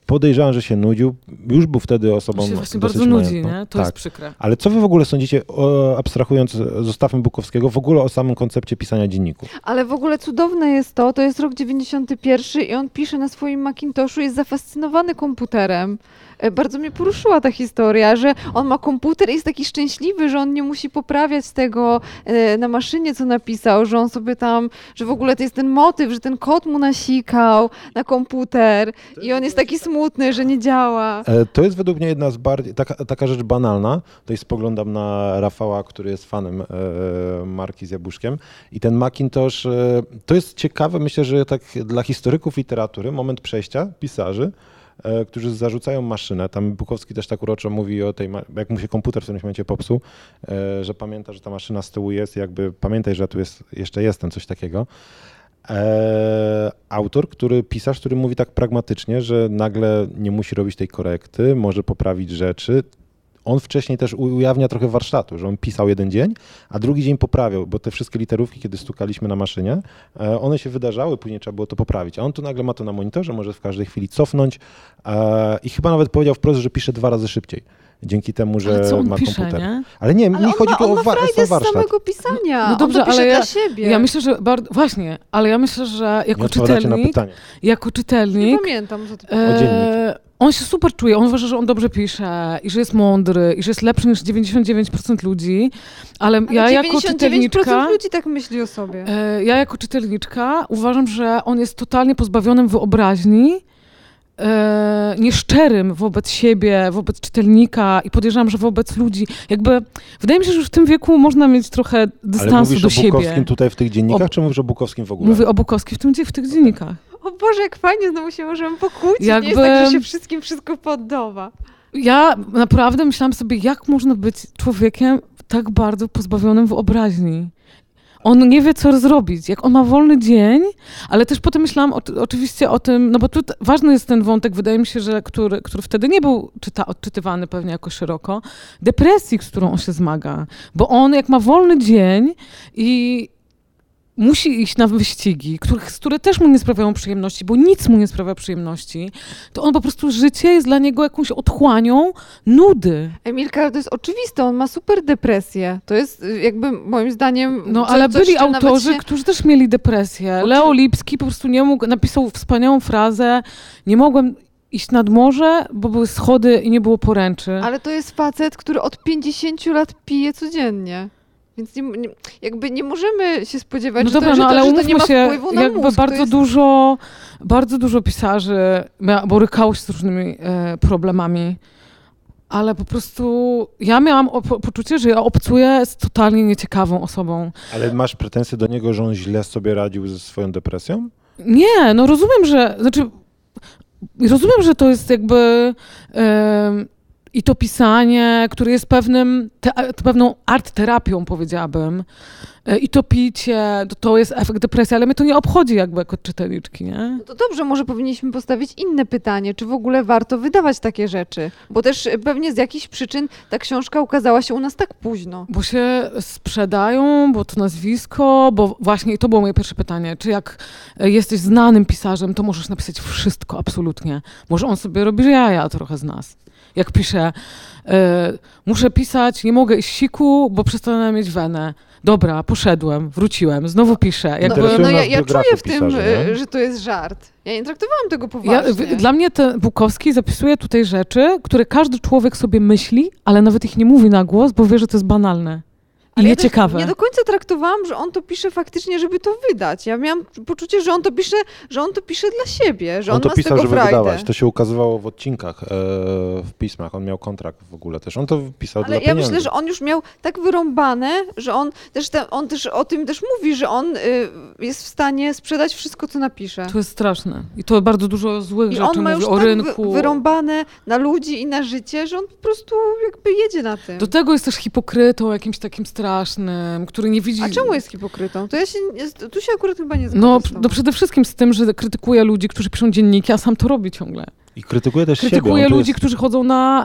podejrzewam, że się nudził. Już był wtedy osobą On się właśnie dosyć bardzo nudzi, majątną. nie? To tak. jest przykre. Ale co wy w ogóle sądzicie, o, abstrahując, zostawmy Bukowskiego, w ogóle o samym koncepcie pisania dzienników? Ale w ogóle cudowne jest to, to jest rok dziewięćdziesiąty pierwszy i on pisze na swoim Macintoshu, jest zafascynowany komputerem. Bardzo mnie poruszyła ta historia, że on ma komputer i jest taki szczęśliwy, że on nie musi poprawiać tego na maszynie, co napisał, że on sobie tam, że w ogóle to jest ten motyw, że ten kod mu nasikał na komputer i on jest taki smutny, że nie działa. To jest według mnie jedna z bardziej, taka, taka rzecz banalna, tutaj spoglądam na Rafała, który jest fanem e, marki z Jabłuszkiem i ten Macintosh, e, to jest ciekawe, myślę, że tak dla historyków literatury, moment przejścia pisarzy, którzy zarzucają maszynę. Tam Bukowski też tak uroczo mówi o tej, jak mu się komputer w tym momencie popsuł, że pamięta, że ta maszyna z tyłu jest, jakby pamiętaj, że ja tu jest, jeszcze jestem, coś takiego. Autor, który, pisarz, który mówi tak pragmatycznie, że nagle nie musi robić tej korekty, może poprawić rzeczy. On wcześniej też ujawnia trochę warsztatu, że on pisał jeden dzień, a drugi dzień poprawiał, bo te wszystkie literówki, kiedy stukaliśmy na maszynie, one się wydarzały, później trzeba było to poprawić. A on tu nagle ma to na monitorze, może w każdej chwili cofnąć i chyba nawet powiedział wprost, że pisze dwa razy szybciej. Dzięki temu, że ale co on ma pisze, komputer. Nie? Ale nie, ale mi chodzi ma, tu o, ma wa- o warsztat. z samego pisania. No dobrze, on to pisze ale ja, dla siebie. ja myślę, że bardzo, właśnie, ale ja myślę, że jako Nie odpowiadacie na czytelnik, pytanie. jako czytelnik, Nie pamiętam, co to e, on się super czuje, on uważa, że on dobrze pisze i że jest mądry i że jest lepszy niż dziewięćdziesiąt dziewięć procent ludzi, ale, ale ja jako czytelniczka, ludzi tak myśli o sobie. E, ja jako czytelniczka uważam, że on jest totalnie pozbawionym wyobraźni, e, nieszczerym wobec siebie, wobec czytelnika i podejrzewam, że wobec ludzi. Jakby, wydaje mi się, że już w tym wieku można mieć trochę dystansu Ale mówisz do o siebie. Bukowskim tutaj w tych dziennikach, O, czy mówisz o Bukowskim w ogóle? Mówię o Bukowskim w, tym, w tych dziennikach. O Boże, jak fajnie, znowu się możemy pokłócić. Jakby... Nie jest tak, że się wszystkim wszystko podoba. Ja naprawdę myślałam sobie, jak można być człowiekiem tak bardzo pozbawionym wyobraźni. On nie wie, co zrobić. Jak on ma wolny dzień, ale też potem myślałam o, oczywiście o tym, no bo tu ważny jest ten wątek, wydaje mi się, że który, który wtedy nie był czyta, odczytywany pewnie jakoś szeroko, depresji, z którą on się zmaga. Bo on jak ma wolny dzień i musi iść na wyścigi, których, które też mu nie sprawiają przyjemności, bo nic mu nie sprawia przyjemności, to on po prostu życie jest dla niego jakąś otchłanią nudy. Emilka, to jest oczywiste, on ma super depresję. To jest jakby moim zdaniem... No co, ale coś, byli autorzy, się... którzy też mieli depresję. Oczy... Leo Lipski po prostu nie mógł, napisał wspaniałą frazę, nie mogłem iść nad morze, bo były schody i nie było poręczy. Ale to jest facet, który od pięćdziesięciu lat pije codziennie. Więc nie, nie, jakby nie możemy się spodziewać, no że, dobra, to, że, no, to, ale że to nie ma się, wpływu na jakby mózg. bardzo jest... dużo, bardzo dużo pisarzy borykało się z różnymi e, problemami, ale po prostu ja miałam op- poczucie, że ja obcuję z totalnie nieciekawą osobą. Ale masz pretensje do niego, że on źle sobie radził ze swoją depresją? Nie, no rozumiem, że, znaczy rozumiem, że to jest jakby e, i to pisanie, które jest pewnym, te, pewną art terapią, powiedziałabym. I to picie, to, to jest efekt depresji, ale mnie to nie obchodzi jakby jako czytelniczki, nie? No to dobrze, może powinniśmy postawić inne pytanie, czy w ogóle warto wydawać takie rzeczy? Bo też pewnie z jakichś przyczyn ta książka ukazała się u nas tak późno. Bo się sprzedają, bo to nazwisko, bo właśnie i to było moje pierwsze pytanie, czy jak jesteś znanym pisarzem, to możesz napisać wszystko, absolutnie. Może on sobie robi jaja trochę z nas. Jak pisze, y, muszę pisać, nie mogę iść siku, bo przestanę mieć wenę. Dobra, poszedłem, wróciłem, znowu piszę. Jakby... No, no ja, ja biografię czuję w tym, pisarzy, że to jest żart. Ja nie traktowałam tego Ja, poważnie. w, dla mnie ten Bukowski zapisuje tutaj rzeczy, które każdy człowiek sobie myśli, ale nawet ich nie mówi na głos, bo wie, że to jest banalne. I Ale nieciekawe. Ja nie do końca traktowałam, że on to pisze faktycznie, żeby to wydać. Ja miałam poczucie, że on to pisze, że on to pisze dla siebie, że on, On to ma pisał, z tego żeby frajdę. wydawać. To się ukazywało w odcinkach, e, w pismach. On miał kontrakt w ogóle też. On to pisał Ale dla ja pieniędzy. myślę, że on już miał tak wyrąbane, że on też, te, on też o tym też mówi, że on y, jest w stanie sprzedać wszystko, co napisze. To jest straszne. I to bardzo dużo złych I rzeczy on ma mówi już o tak rynku. wy, wyrąbane na ludzi i na życie, że on po prostu jakby jedzie na tym. Do tego jest też hipokrytą jakimś takim strasznym, który nie widzi... A czemu jest hipokrytą? To ja się, tu się akurat chyba nie zgadzam. No, z tobą. no przede wszystkim z tym, że krytykuje ludzi, którzy piszą dzienniki, a sam to robi ciągle. I krytykuje też Krytykuje siebie. On ludzi, jest... którzy chodzą na,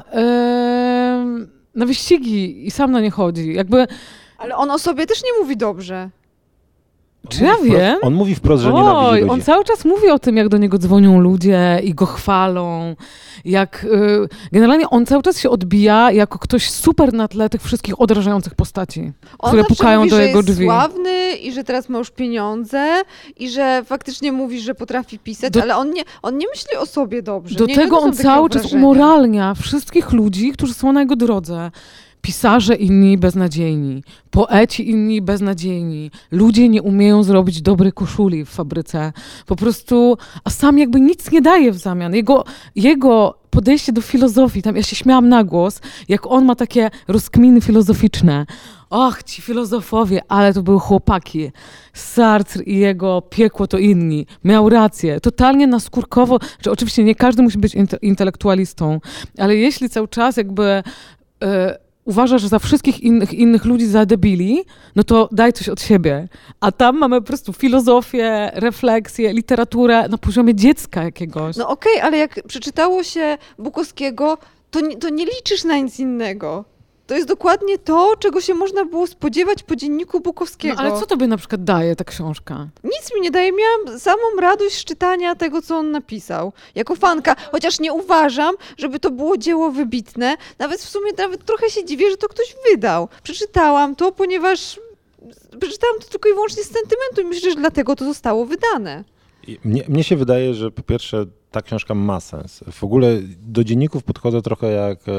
e, na wyścigi i sam na nie chodzi. Jakby... Ale on o sobie też nie mówi dobrze. Czy ja wprost, wiem? On mówi wprost, że Oj, nienawidzi ludzi. on cały czas mówi o tym, jak do niego dzwonią ludzie i go chwalą, jak y, generalnie on cały czas się odbija jako ktoś super na tle tych wszystkich odrażających postaci, On które zawsze pukają mówi, do że jego jest drzwi. sławny i że teraz ma już pieniądze i że faktycznie mówi, że potrafi pisać, Do- ale on nie, on nie myśli o sobie dobrze. Do nie, tego nie są on takie cały czas wrażenia. umoralnia wszystkich ludzi, którzy są na jego drodze. Pisarze inni beznadziejni, poeci inni beznadziejni, ludzie nie umieją zrobić dobrej koszuli w fabryce. Po prostu, a sam jakby nic nie daje w zamian. Jego, jego podejście do filozofii, tam ja się śmiałam na głos, jak on ma takie rozkminy filozoficzne. Och, ci filozofowie, ale to były chłopaki. Sartre i jego piekło to inni. Miał rację. Totalnie naskórkowo, że oczywiście nie każdy musi być inte- intelektualistą, ale jeśli cały czas jakby... Yy, uważasz za wszystkich innych, innych ludzi za debili, no to daj coś od siebie. A tam mamy po prostu filozofię, refleksję, literaturę na poziomie dziecka jakiegoś. No okej, ale jak przeczytało się Bukowskiego, to nie, to nie liczysz na nic innego. To jest dokładnie to, czego się można było spodziewać po dzienniku Bukowskiego. No ale co tobie na przykład daje ta książka? Nic mi nie daje. Miałam samą radość z czytania tego, co on napisał. Jako fanka, chociaż nie uważam, żeby to było dzieło wybitne. Nawet w sumie nawet trochę się dziwię, że to ktoś wydał. Przeczytałam to, ponieważ przeczytałam to tylko i wyłącznie z sentymentu i myślę, że dlatego to zostało wydane. I Mnie, mnie się wydaje, że po pierwsze ta książka ma sens. W ogóle do dzienników podchodzę trochę jak e,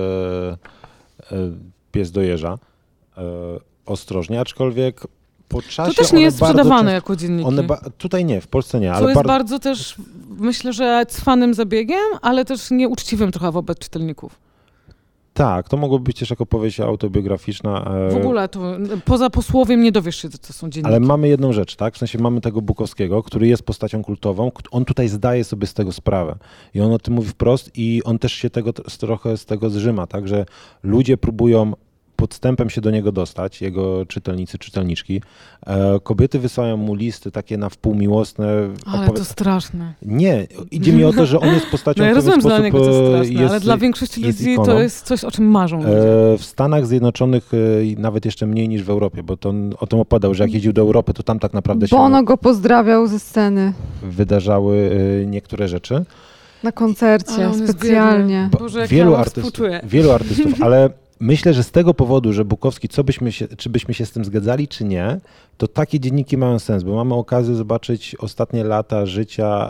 e, pies do jeża. E, ostrożnie, aczkolwiek po czasie To też nie one jest bardzo sprzedawane często- jako dzienniki. One ba- tutaj nie, w Polsce nie, Co ale jest bardzo... bardzo też, myślę, że cwanym zabiegiem, ale też nieuczciwym trochę wobec czytelników. Tak, to mogło być też jako powieść autobiograficzna. e, W ogóle to poza posłowiem nie dowiesz się, co to są dzienniki. Ale mamy jedną rzecz, tak? W sensie mamy tego Bukowskiego, który jest postacią kultową. k- On tutaj zdaje sobie z tego sprawę. I on o tym mówi wprost i on też się tego t- trochę z tego zrzyma, tak? Że ludzie próbują podstępem się do niego dostać, jego czytelnicy, czytelniczki. E, kobiety wysyłają mu listy takie na wpół miłosne. Ale opowi- to straszne. Nie, idzie mi o to, że on jest postacią, No ja w pewien rozumiem, że dla sposób niego to jest e, straszne, jest, ale dla większości jest ludzi ikoną. to jest coś, o czym marzą ludzie. E, w Stanach Zjednoczonych e, i nawet jeszcze mniej niż w Europie, bo to on o tym opowiadał, że jak jeździł do Europy, to tam tak naprawdę się Bono go pozdrawiał ze sceny wydarzały e, niektóre rzeczy. na koncercie Ale on jest specjalnie. Bo Boże, jak wielu, ja artystów, współczuję. wielu artystów, ale myślę, że z tego powodu, że Bukowski, co byśmy się, czy byśmy się z tym zgadzali, czy nie, to takie dzienniki mają sens, bo mamy okazję zobaczyć ostatnie lata życia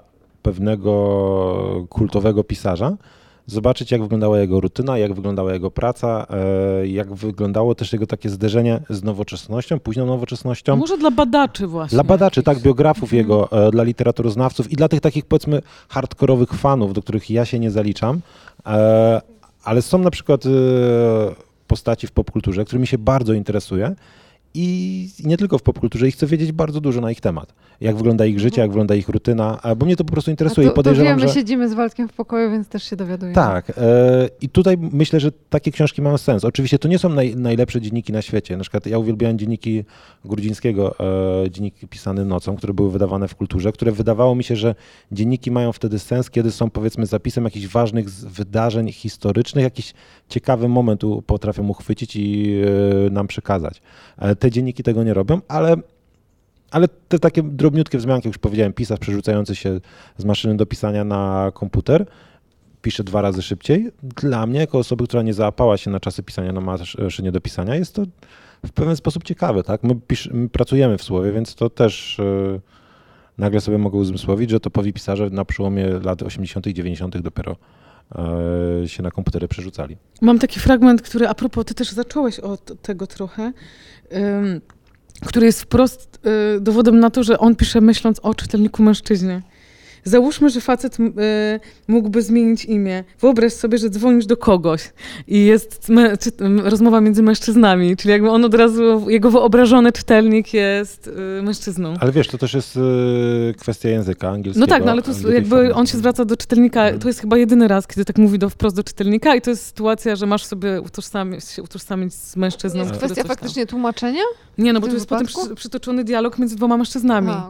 pewnego kultowego pisarza, zobaczyć, jak wyglądała jego rutyna, jak wyglądała jego praca, e, jak wyglądało też jego takie zderzenie z nowoczesnością, późną nowoczesnością. Może dla badaczy właśnie. Dla badaczy, jakichś. tak, biografów jego, e, dla literaturoznawców i dla tych takich, powiedzmy, hardkorowych fanów, do których ja się nie zaliczam, e, ale są na przykład e, postaci w popkulturze, którymi się bardzo interesuję i i nie tylko w popkulturze, i chcę wiedzieć bardzo dużo na ich temat. Jak wygląda ich życie, jak wygląda ich rutyna, e, bo mnie to po prostu A interesuje to, i to podejrzewam, wiemy, że... siedzimy z Waldkiem w pokoju, więc też się dowiadujemy. Tak. E, I tutaj myślę, że takie książki mają sens. Oczywiście to nie są naj, najlepsze dzienniki na świecie. Na przykład ja uwielbiałem dzienniki Grudzińskiego, e, dzienniki pisane nocą, które były wydawane w kulturze, które wydawało mi się, że dzienniki mają wtedy sens, kiedy są powiedzmy zapisem jakichś ważnych z- wydarzeń historycznych, jakiś ciekawy moment u, potrafią uchwycić i e, nam przekazać. E, te dzienniki tego nie robią, ale ale te takie drobniutkie wzmianki, jak już powiedziałem, pisarz przerzucający się z maszyny do pisania na komputer, pisze dwa razy szybciej. Dla mnie, jako osoby, która nie załapała się na czasy pisania na maszynie do pisania, jest to w pewien sposób ciekawe, tak? My, pisz, my pracujemy w słowie, więc to też yy, nagle sobie mogę uzmysłowić, że topowi pisarze na przełomie lat osiemdziesiątych, dziewięćdziesiątych dopiero yy, się na komputery przerzucali. Mam taki fragment, który a propos, ty też zacząłeś od tego trochę, ym, który jest wprost y, dowodem na to, że on pisze myśląc o czytelniku mężczyźnie. Załóżmy, że facet y, mógłby zmienić imię. Wyobraź sobie, że dzwonisz do kogoś i jest me, czy, rozmowa między mężczyznami, czyli jakby on od razu, jego wyobrażony czytelnik jest y, mężczyzną. Ale wiesz, to też jest yy, kwestia języka angielskiego. No tak, no ale tu drugiej jakby formy. on się zwraca do czytelnika, Mhm. to jest chyba jedyny raz, kiedy tak mówi do, wprost do czytelnika i to jest sytuacja, że masz sobie utożsamić, się utożsamić z mężczyzną. To jest który kwestia coś tam- faktycznie tłumaczenia? Nie, no bo w tu tym jest potem wypadku? przy, przytoczony dialog między dwoma mężczyznami. A, okej.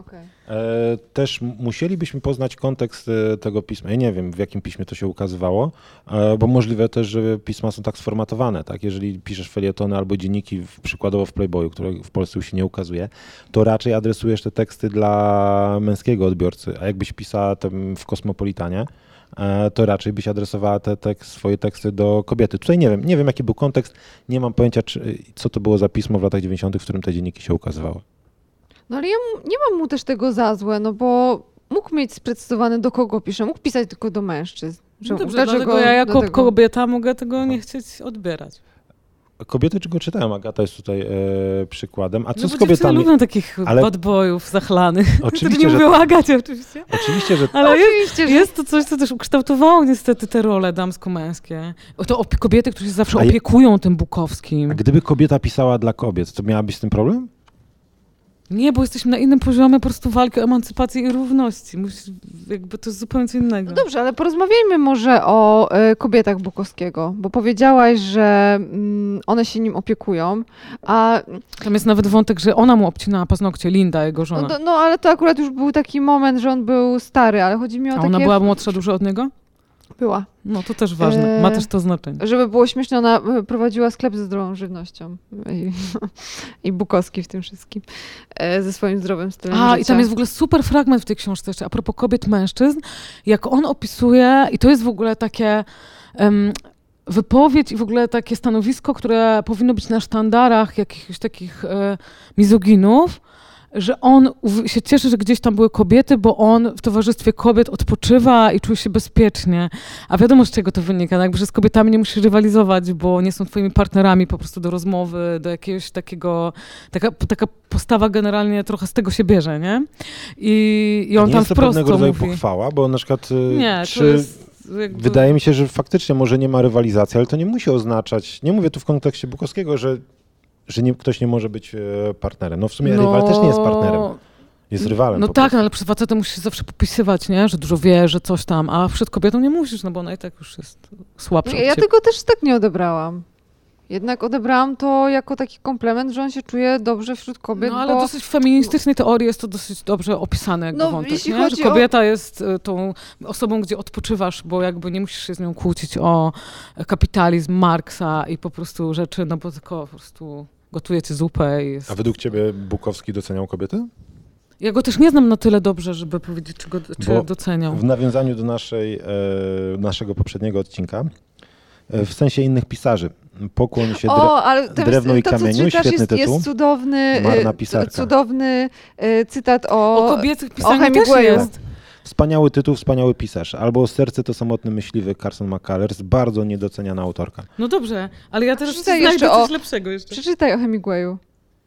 E, też musielibyśmy poznać kontekst e, tego pisma. Ja nie wiem, w jakim piśmie to się ukazywało, e, bo możliwe też, że pisma są tak sformatowane, tak? Jeżeli piszesz felietony albo dzienniki, w, przykładowo w Playboyu, które w Polsce już się nie ukazuje, to raczej adresujesz te teksty dla męskiego odbiorcy, a jakbyś pisała tam w Kosmopolitanie, e, to raczej byś adresowała te tekst, swoje teksty do kobiety. Tutaj nie wiem, nie wiem jaki był kontekst, nie mam pojęcia, czy, co to było za pismo w latach dziewięćdziesiątych, w którym te dzienniki się ukazywały. No ale ja mu, nie mam mu też tego za złe, no bo mógł mieć sprecyzowane, do kogo pisze, mógł pisać tylko do mężczyzn. No dobrze, dlaczego ja jako tego... kobieta mogę tego nie chcieć odbierać. Kobiety czego czytają? Agata jest tutaj e, przykładem. A co no z kobietami? lubią takich ale... bad boyów zachlanych. Oczywiście, nie że... mówią o Agacie oczywiście. Oczywiście, że... Ale oczywiście, jest, że... jest to coś, co też ukształtowało niestety te role damsko-męskie. To op- kobiety, które się zawsze A je... opiekują tym Bukowskim. A gdyby kobieta pisała dla kobiet, to miałabyś z tym problem? Nie, bo jesteśmy na innym poziomie po prostu walki o emancypację i równości. Musi, jakby to jest zupełnie co innego. No dobrze, ale porozmawiajmy może o y, kobietach Bukowskiego, bo powiedziałaś, że mm, one się nim opiekują, a... Tam jest nawet wątek, że ona mu obcinała paznokcie, Linda, jego żona. No, no ale to akurat już był taki moment, że on był stary, ale chodzi mi o A takie... ona była młodsza dużo od niego? Była. No to też ważne, ma też to znaczenie. Żeby było śmieszne, ona prowadziła sklep ze zdrową żywnością i, i Bukowski w tym wszystkim, ze swoim zdrowym stylem A, życia. i tam jest w ogóle super fragment w tej książce jeszcze, a propos kobiet, mężczyzn, jak on opisuje, i to jest w ogóle takie um, wypowiedź i w ogóle takie stanowisko, które powinno być na sztandarach jakichś takich e, mizoginów, że on się cieszy, że gdzieś tam były kobiety, bo on w towarzystwie kobiet odpoczywa i czuje się bezpiecznie. A wiadomo, z czego to wynika, jakby, że z kobietami nie musisz rywalizować, bo nie są twoimi partnerami po prostu do rozmowy, do jakiegoś takiego, taka, taka postawa generalnie trochę z tego się bierze, nie? I, i on nie tam jest to wprost pewnego to rodzaju mówi. pochwała, bo na przykład Nie, czy... to jest... Jakby... Wydaje mi się, że faktycznie może nie ma rywalizacji, ale to nie musi oznaczać, nie mówię tu w kontekście Bukowskiego, że że nie, ktoś nie może być partnerem. No w sumie no, rywal też nie jest partnerem. Jest rywalem. No tak, no, ale przed facetem musisz się zawsze popisywać, nie? Że dużo wie, że coś tam, a przed kobietą nie musisz, no bo ona i tak już jest słabsza. No, ja tego też tak nie odebrałam. Jednak odebrałam to jako taki komplement, że on się czuje dobrze wśród kobiet. No ale bo... dosyć w feministycznej teorii jest to dosyć dobrze opisane jakby no, wątek, jeśli nie? chodzi Że kobieta o... jest tą osobą, gdzie odpoczywasz, bo jakby nie musisz się z nią kłócić o kapitalizm Marksa i po prostu rzeczy, no bo tylko po prostu... Gotujecie zupę i jest... A według ciebie Bukowski doceniał kobiety? Ja go też nie znam na tyle dobrze, żeby powiedzieć, czy go czy doceniał. W nawiązaniu do naszej, e, naszego poprzedniego odcinka, e, w sensie innych pisarzy, Pokłoń się dre- o, ale drewno jest, i kamieniu, to, świetny jest, tytuł. Jest cudowny, Marna pisarka. cudowny y, cytat o, o kobiecych pisaniu o Hemingwayu. też jest. Wspaniały tytuł, wspaniały pisarz. Albo Serce to samotny myśliwy, Carson McCullers, bardzo niedoceniana autorka. No dobrze, ale ja też Przeczytaj znajdę jeszcze coś o, lepszego jeszcze. Przeczytaj o Hemingwayu.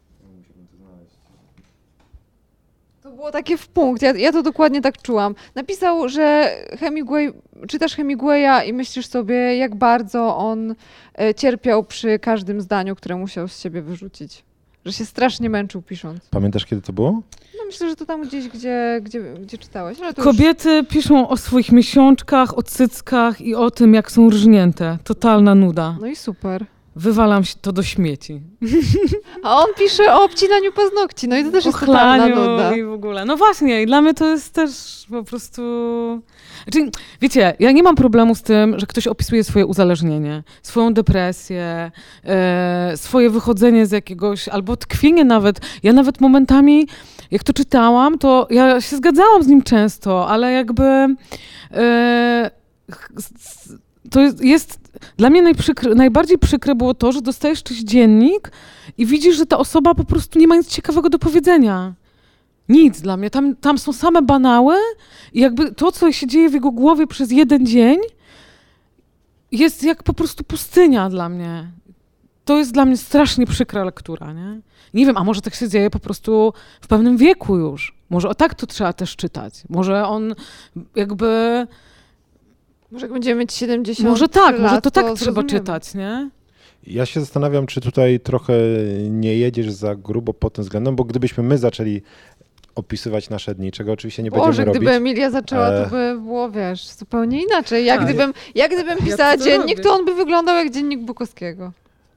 To było takie w punkt, ja, ja to dokładnie tak czułam. Napisał, że Hemingway, czytasz Hemingwaya i myślisz sobie, jak bardzo on e, cierpiał przy każdym zdaniu, które musiał z siebie wyrzucić. Że się strasznie męczył pisząc. Pamiętasz, kiedy to było? No myślę, że to tam gdzieś, gdzie, gdzie, gdzie czytałeś. Ale to Kobiety już... piszą o swoich miesiączkach, o cyckach i o tym, jak są rżnięte. Totalna nuda. No i super. Wywalam się to do śmieci. A on pisze o obcinaniu paznokci, no i to też o jest totalna nuda. I w ogóle. No właśnie, i dla mnie to jest też po prostu... Znaczy, wiecie, ja nie mam problemu z tym, że ktoś opisuje swoje uzależnienie, swoją depresję, e, swoje wychodzenie z jakiegoś, albo tkwienie nawet. Ja nawet momentami, jak to czytałam, to ja się zgadzałam z nim często, ale jakby... E, to jest, jest dla mnie najprzykre, najbardziej przykre było to, że dostajesz czyjś dziennik i widzisz, że ta osoba po prostu nie ma nic ciekawego do powiedzenia. Nic dla mnie. Tam, tam są same banały i jakby to, co się dzieje w jego głowie przez jeden dzień, jest jak po prostu pustynia dla mnie. To jest dla mnie strasznie przykra lektura, nie? Nie wiem, a może tak się dzieje po prostu w pewnym wieku już. Może o tak to trzeba też czytać. Może on jakby... Może jak będziemy mieć siedemdziesiąt Może tak, lat, może to tak to trzeba zrozumiemy. czytać, nie? Ja się zastanawiam, czy tutaj trochę nie jedziesz za grubo pod tym względem, bo gdybyśmy my zaczęli opisywać nasze dni, czego oczywiście nie Boże, będziemy robić. gdyby Emilia zaczęła, e... to by było, wiesz, zupełnie inaczej. Jak A, gdybym, jak gdybym ja pisała to dziennik, robię. to on by wyglądał jak dziennik Bukowskiego.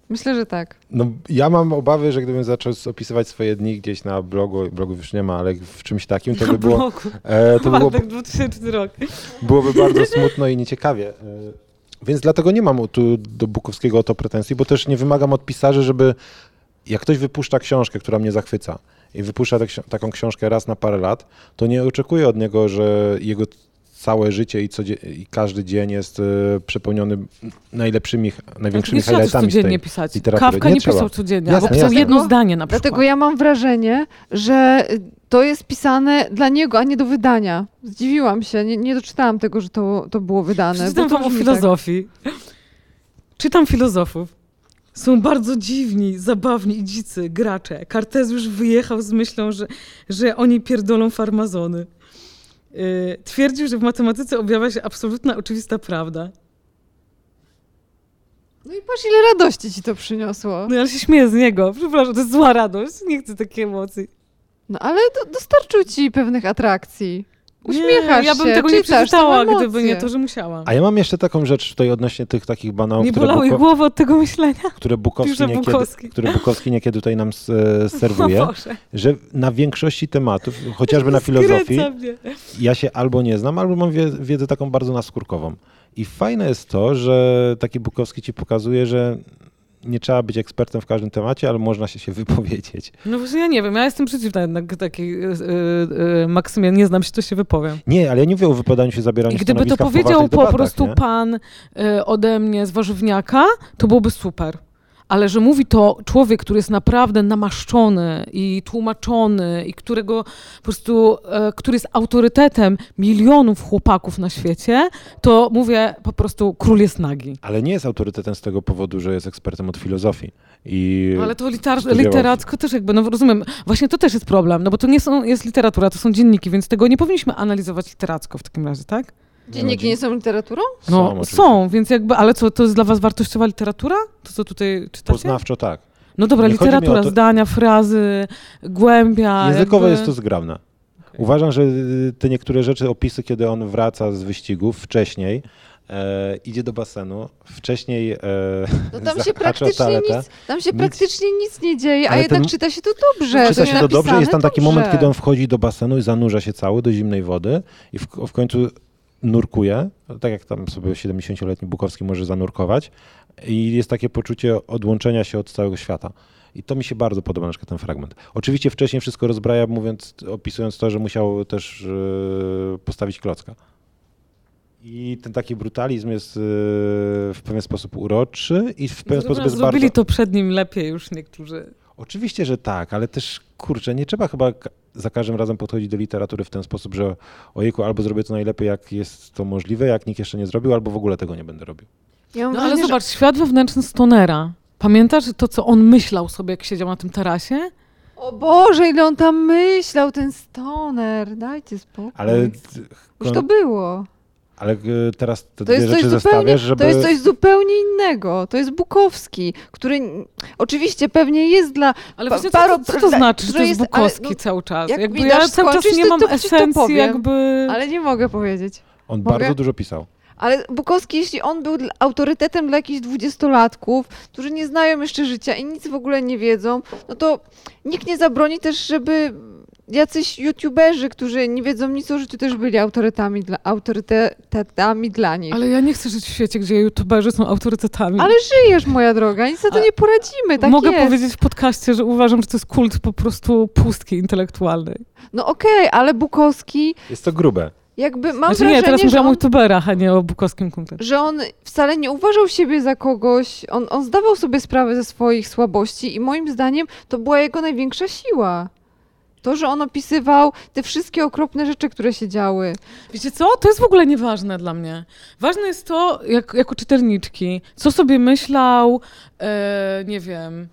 Myślę, że tak. No, ja mam obawy, że gdybym zaczął opisywać swoje dni gdzieś na blogu, blogu już nie ma, ale w czymś takim, to by było... E, to było, dwa tysiące rok. Byłoby bardzo smutno i nieciekawie. E, więc dlatego nie mam tu do Bukowskiego o to pretensji, bo też nie wymagam od pisarzy, żeby... Jak ktoś wypuszcza książkę, która mnie zachwyca i wypuszcza tak, taką książkę raz na parę lat, to nie oczekuję od niego, że jego całe życie i, codzie- i każdy dzień jest e, przepełniony najlepszymi, największymi highlightami highlightami codziennie z tej pisać. literatury. Kafka nie, nie, trzeba. pisał codziennie, Jasne, albo pisał jasne. jedno zdanie na przykład. Dlatego ja mam wrażenie, że to jest pisane dla niego, a nie do wydania. Zdziwiłam się, nie, nie doczytałam tego, że to, to było wydane. Przeczytam bo to wam o brzmi filozofii. Czytam filozofów. Są bardzo dziwni, zabawni i dzicy gracze. Kartezjusz wyjechał z myślą, że, że oni pierdolą farmazony. Yy, twierdził, że w matematyce objawia się absolutna, oczywista prawda. Tak. No i patrz, ile radości ci to przyniosło. No ja się śmieję z niego. Przepraszam, to jest zła radość. Nie chcę takiej emocji. No ale to dostarczył ci pewnych atrakcji. Uśmiechasz nie, ja bym się, tego nie czytasz, są przeczytała, emocje. gdyby nie to, że musiałam. A ja mam jeszcze taką rzecz tutaj odnośnie tych takich banałów, Nie które, bolały Buko- głowy od tego myślenia? które, Bukowski Pisze niekiedy, Bukowski. które Bukowski niekiedy tutaj nam s- serwuje, No Boże. że na większości tematów, chociażby na filozofii, Skręca mnie. ja się albo nie znam, albo mam wie- wiedzę taką bardzo naskórkową. I fajne jest to, że taki Bukowski ci pokazuje, że nie trzeba być ekspertem w każdym temacie, ale można się, się wypowiedzieć. No właśnie ja nie wiem, ja jestem przeciwna jednak takiej yy, yy, maksymie, nie znam się, to się wypowiem. Nie, ale ja nie mówię o wypowiadaniu się, zabieraniu I gdyby to stanowiska w powiedział poważnych po debatach, prostu nie? pan y, ode mnie z warzywniaka, to byłoby super. Ale że mówi to człowiek, który jest naprawdę namaszczony i tłumaczony i którego po prostu, e, który jest autorytetem milionów chłopaków na świecie, to mówię po prostu król jest nagi. Ale nie jest autorytetem z tego powodu, że jest ekspertem od filozofii. I No ale to liter- studiował- literacko też jakby, no rozumiem, właśnie to też jest problem, no bo to nie są, jest literatura, to są dzienniki, więc tego nie powinniśmy analizować literacko w takim razie, tak? Dzienniki nie są literaturą? No oczywiście. są, więc jakby, ale co, to jest dla was wartościowa literatura? To co tutaj czytacie? Poznawczo tak. No dobra, Nie chodzi mi literatura, o to- zdania, frazy, głębia. Językowo jakby... jest to zgrabne. Uważam, że y, te niektóre rzeczy, opisy, kiedy on wraca z wyścigów wcześniej, e, idzie do basenu, wcześniej e, No tam się zahacza o praktycznie toaletę. nic, tam się Nic- praktycznie nic nie dzieje, a Ale jednak ten- czyta się to dobrze. Czyta jest się to dobrze, napisane jest tam taki dobrze. moment, kiedy on wchodzi do basenu i zanurza się cały do zimnej wody i w, w końcu nurkuje, tak jak tam sobie siedemdziesięcioletni Bukowski może zanurkować i jest takie poczucie odłączenia się od całego świata. I to mi się bardzo podoba na przykład ten fragment. Oczywiście wcześniej wszystko rozbraja, mówiąc, opisując to, że musiał też yy, postawić klocka. I ten taki brutalizm jest yy, w pewien sposób uroczy i w pewien No sposób dobra, jest zrobili bardzo... to przed nim lepiej już niektórzy. Oczywiście, że tak, ale też, kurczę, nie trzeba chyba ka- za każdym razem podchodzić do literatury w ten sposób, że ojejku, albo zrobię to najlepiej, jak jest to możliwe, jak nikt jeszcze nie zrobił, albo w ogóle tego nie będę robił. Ja mam No ale wrażenie, zobacz, świat wewnętrzny Stonera. Pamiętasz to, co on myślał sobie, jak siedział na tym tarasie? że... O Boże, ile on tam myślał, ten stoner. Dajcie spokój. Ale, Już to było. ale y, teraz te To dwie jest, coś rzeczy zupełnie, zestawiasz, żeby... to jest coś zupełnie innego. To jest Bukowski, który n- oczywiście pewnie jest dla... Ale Pa- właśnie co, paro- co, co to znaczy, że że to jest jest- ale Bukowski no, cały czas? jak Jakby mi ja dasz cały czas skończyć, nie to- mam to ci to esencji powiem. jakby... Ale nie mogę powiedzieć. On Mogę? bardzo dużo pisał. Ale Bukowski, jeśli on był dla- autorytetem dla jakichś dwudziestolatków, którzy nie znają jeszcze życia i nic w ogóle nie wiedzą, no to nikt nie zabroni też, żeby jacyś youtuberzy, którzy nie wiedzą nic o życiu, też byli autorytetami dla, autorytetami dla nich. Ale, Ale ja nie chcę żyć w świecie, gdzie youtuberzy są autorytetami. żyjesz, moja droga, nic na to Ale nie poradzimy, tak Mogę jest. powiedzieć w podcaście, że uważam, że to jest kult po prostu pustki intelektualnej. No okej, ale Bukowski Jest to grube. jakby, mam Znaczy wrażenie, nie, teraz że mówiłam o on... youtuberach, a nie o Bukowskim konkretnie. że on wcale nie uważał siebie za kogoś, on, on zdawał sobie sprawę ze swoich słabości i moim zdaniem to była jego największa siła. To, że on opisywał te wszystkie okropne rzeczy, które się działy. Wiecie co? To jest w ogóle nieważne dla mnie. Ważne jest to, jak, jako czytelniczki, co sobie myślał, e, nie wiem,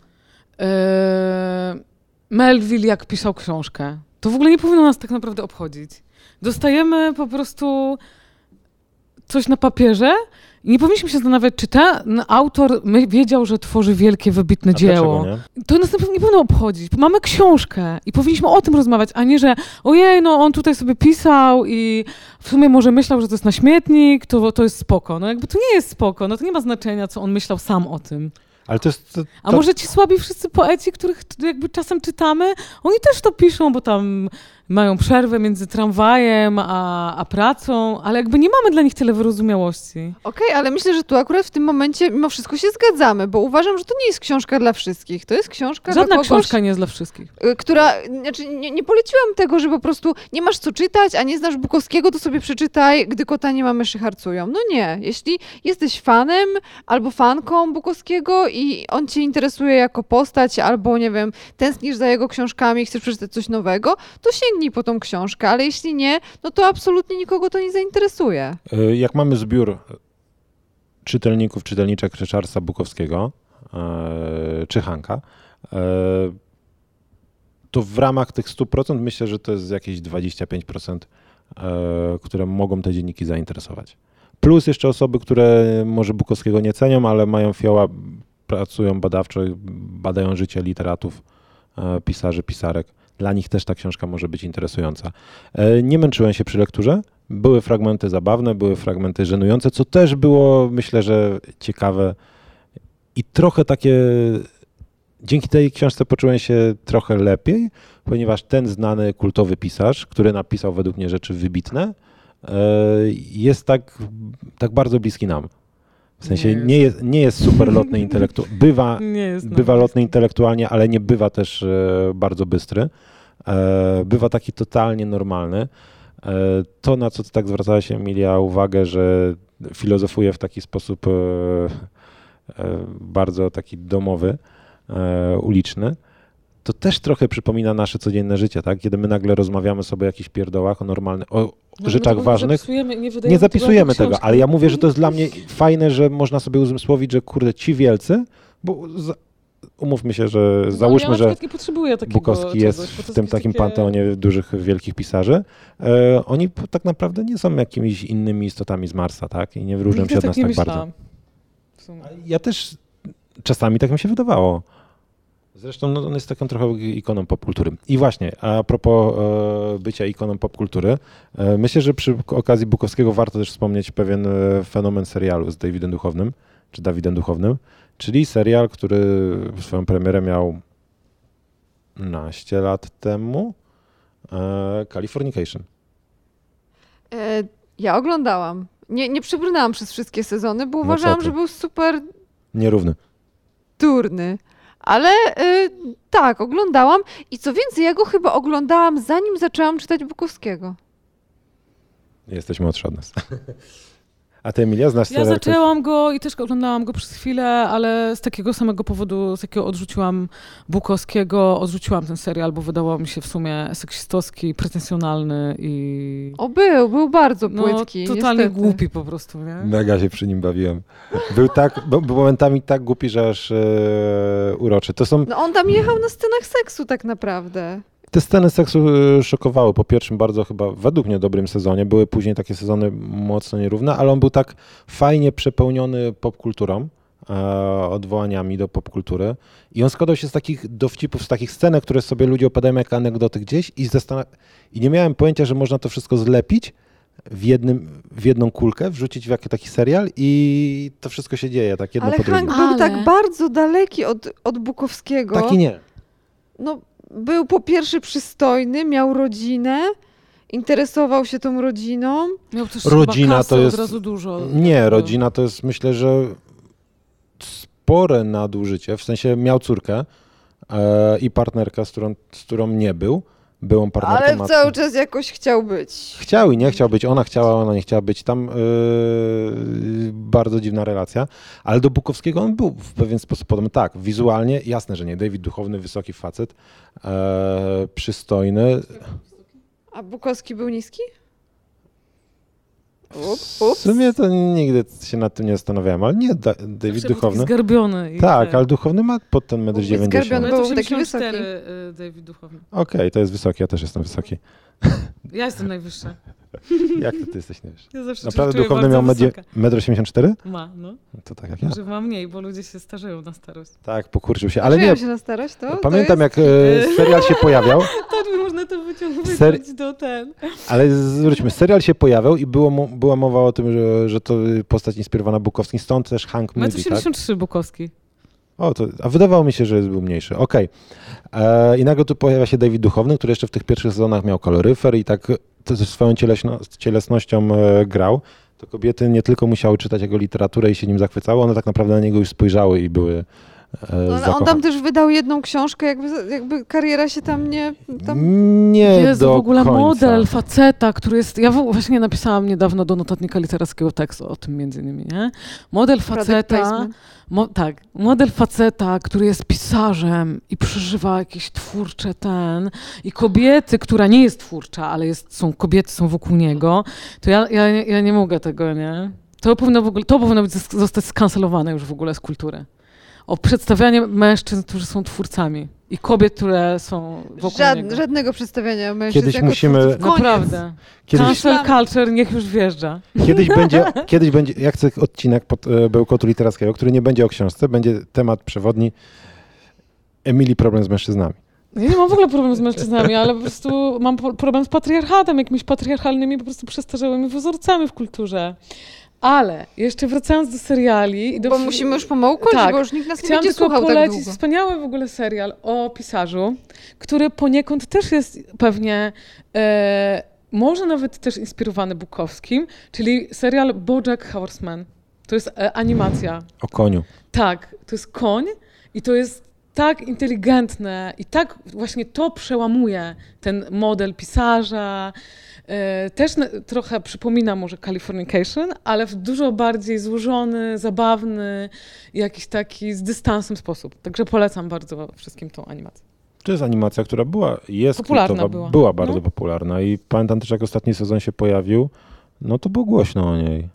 e, Melville, jak pisał książkę. To w ogóle nie powinno nas tak naprawdę obchodzić. Dostajemy po prostu coś na papierze i nie powinniśmy się zastanawiać, czy ten autor my, wiedział, że tworzy wielkie, wybitne A dzieło. dlaczego nie? To nas na pewno nie powinno obchodzić. Mamy książkę i powinniśmy o tym rozmawiać, a nie, że ojej, no on tutaj sobie pisał i w sumie może myślał, że to jest na śmietnik, to, to jest spoko. No jakby to nie jest spoko, no to nie ma znaczenia, co on myślał sam o tym. Ale to jest... To, to... A może ci słabi wszyscy poeci, których jakby czasem czytamy, oni też to piszą, bo tam mają przerwę między tramwajem a, a pracą, ale jakby nie mamy dla nich tyle wyrozumiałości. Okej, okay, ale myślę, że tu akurat w tym momencie mimo wszystko się zgadzamy, bo uważam, że to nie jest książka dla wszystkich. To jest książka Żadna dla kogoś, książka nie jest dla wszystkich. Która, znaczy nie, nie poleciłam tego, że po prostu nie masz co czytać, a nie znasz Bukowskiego, to sobie przeczytaj, Gdy kota nie ma, myszy harcują. No nie. Jeśli jesteś fanem albo fanką Bukowskiego i on cię interesuje jako postać, albo nie wiem, tęsknisz za jego książkami i chcesz przeczytać coś nowego, to sięgnij po tą książkę, ale jeśli nie, no to absolutnie nikogo to nie zainteresuje. Jak mamy zbiór czytelników, czytelniczek Richarda Bukowskiego e, czy Hanka, e, to w ramach tych stu procent myślę, że to jest jakieś dwadzieścia pięć procent, e, które mogą te dzienniki zainteresować. Plus jeszcze osoby, które może Bukowskiego nie cenią, ale mają fioła, pracują badawczo, badają życie literatów, e, pisarzy, pisarek. Dla nich też ta książka może być interesująca. E, nie męczyłem się przy lekturze. Były fragmenty zabawne, były fragmenty żenujące, co też było, myślę, że ciekawe i trochę takie... Dzięki tej książce poczułem się trochę lepiej, ponieważ ten znany kultowy pisarz, który napisał według mnie rzeczy wybitne, jest tak, tak bardzo bliski nam. W sensie nie jest, nie jest, nie jest super lotny intelektualnie. Bywa, bywa lotny intelektualnie, ale nie bywa też bardzo bystry. Bywa taki totalnie normalny. To, na co ty tak zwracałaś, Emilia, uwagę, że filozofuje w taki sposób bardzo taki domowy, uliczny, to też trochę przypomina nasze codzienne życie, tak? Kiedy my nagle rozmawiamy sobie o jakichś pierdołach, o normalnych, o no, rzeczach ważnych. Nie zapisujemy, nie nie zapisujemy tego, ale ja mówię, że to jest dla mnie fajne, że można sobie uzmysłowić, że kurde, ci wielcy, bo za, umówmy się, że no, załóżmy, ja że Bukowski jest czegoś, w tym takim takie... panteonie dużych, wielkich pisarzy, e, oni tak naprawdę nie są jakimiś innymi istotami z Marsa, tak? I nie różnią się od nas tak myślałam. bardzo. Ja też czasami tak mi się wydawało. Zresztą no, on jest taką trochę ikoną popkultury. I właśnie, a propos e, bycia ikoną popkultury, e, myślę, że przy okazji Bukowskiego warto też wspomnieć pewien e, fenomen serialu z Davidem Duchownym, czy Dawidem Duchownym, czyli serial, który swoją premierę miał naście lat temu, e, Californication. E, ja oglądałam. Nie, nie przebrnęłam przez wszystkie sezony, bo uważałam, no że był super... Nierówny. Turny. Ale y, tak, oglądałam i co więcej, ja go chyba oglądałam zanim zaczęłam czytać Bukowskiego. Jesteś młodsza od nas. A ty, Emilia, znasz Ja zaczęłam go i też oglądałam go przez chwilę, ale z takiego samego powodu, z jakiego odrzuciłam Bukowskiego, odrzuciłam ten serial, bo wydawał mi się w sumie seksistowski, pretensjonalny i... O, był, był bardzo płytki, no, totalnie niestety. głupi po prostu, nie? Mega się przy nim bawiłem. Był tak, był momentami tak głupi, że aż e, uroczy. To są... No on tam jechał na scenach seksu tak naprawdę. Te sceny seksu szokowały po pierwszym bardzo chyba, według mnie, dobrym sezonie. Były później takie sezony mocno nierówne, ale on był tak fajnie przepełniony popkulturą, e, odwołaniami do popkultury. I on składał się z takich dowcipów, z takich scenek, które sobie ludzie opadają jak anegdoty gdzieś i, zastan- i nie miałem pojęcia, że można to wszystko zlepić w, jednym, w jedną kulkę, wrzucić w jakiś taki serial i to wszystko się dzieje tak jedno ale po drugim. Hank był tak bardzo daleki od, od Bukowskiego. Tak i nie. No, był po pierwsze przystojny, miał rodzinę, interesował się tą rodziną. Miał też rodzina to jest od razu dużo. Nie, rodzina to jest, myślę, że spore nadużycie. W sensie miał córkę e, i partnerkę, z którą, z którą nie był. Byłą partnerką. Ale matki. cały czas jakoś chciał być. Chciał i nie chciał być. Ona chciała, ona nie chciała być. Tam yy, bardzo dziwna relacja. Ale do Bukowskiego on był w pewien sposób podobny. Tak, wizualnie jasne, że nie. David Duchowny, wysoki facet, e, przystojny. A Bukowski był niski? Ups, ups. W sumie to nigdy się nad tym nie zastanawiałem, ale nie, da, David Zawsze Duchowny. Był zgarbiony. Tak, te... ale Duchowny ma pod ten metr dziewięćdziesiąt. Zgarbiony był taki wysoki. David Duchowny. Okej, okay, to jest wysoki, ja też jestem wysoki. Ja jestem najwyższa. Jak to ty jesteś najwyższy? Ja zawsze naprawdę Duchowny miał metr osiemdziesiąt cztery? Ma, no. To tak jak ja. Może ma mniej, bo ludzie się starzeją na starość. Tak, pokurczył się, ale nie. się na starość, to? Pamiętam, to jest... jak e, serial się pojawiał. Tak, można to wyciągnąć Ser... do ten. Ale zwróćmy, serial się pojawiał i było, była mowa o tym, że, że to postać inspirowana Bukowskim, stąd też Hank mówi, metr osiemdziesiąt trzy tak? Bukowski. O, to, a wydawało mi się, że był mniejszy. Okej. Okay. I nagle tu pojawia się David Duchowny, który jeszcze w tych pierwszych sezonach miał kaloryfer i tak to ze swoją cieleśno, cielesnością e, grał. To kobiety nie tylko musiały czytać jego literaturę i się nim zachwycały, one tak naprawdę na niego już spojrzały i były e, no, ale on tam też wydał jedną książkę, jakby, jakby kariera się tam nie... Tam... Nie Jest do w ogóle końca. model faceta, który jest... Ja właśnie napisałam niedawno do notatnika literackiego tekstu o tym między innymi, nie? Model faceta... Mo, tak, model faceta, który jest pisarzem i przeżywa jakieś twórcze ten i kobiety, która nie jest twórcza, ale jest, są kobiety, są wokół niego, to ja, ja, ja nie mogę tego, nie? To powinno, w ogóle, to powinno być zostać skancelowane już w ogóle z kultury. O przedstawianie mężczyzn, którzy są twórcami i kobiet, które są wokół Żad, niego. Żadnego przedstawiania mężczyzn Kiedyś jako musimy... twórców. Koniec. Naprawdę. Kiedyś, Cancel culture niech już wjeżdża. kiedyś, będzie, kiedyś będzie, ja chcę odcinek pod e, Bełkotu Literackiego, który nie będzie o książce, będzie temat przewodni Emilii problem z mężczyznami. Ja nie mam w ogóle problemu z mężczyznami, ale po prostu mam problem z patriarchatem, jakimiś patriarchalnymi po prostu przestarzałymi wzorcami w kulturze. Ale jeszcze wracając do seriali... I do Bo musimy już pomału kończyć, tak. bo już nikt nas nie Chciałam będzie tylko słuchał tak polecić długo. wspaniały w ogóle serial o pisarzu, który poniekąd też jest pewnie, e, może nawet też inspirowany Bukowskim, czyli serial BoJack Horseman. To jest e, animacja. O koniu. Tak, to jest koń i to jest tak inteligentne i tak właśnie to przełamuje ten model pisarza. E, też na, trochę przypomina może Californication, ale w dużo bardziej złożony, zabawny, jakiś taki z dystansem sposób. Także polecam bardzo wszystkim tą animację. To jest animacja, która była, jest Popularna kultowa, była. była bardzo No. popularna i pamiętam też, jak ostatni sezon się pojawił, no to było głośno o niej.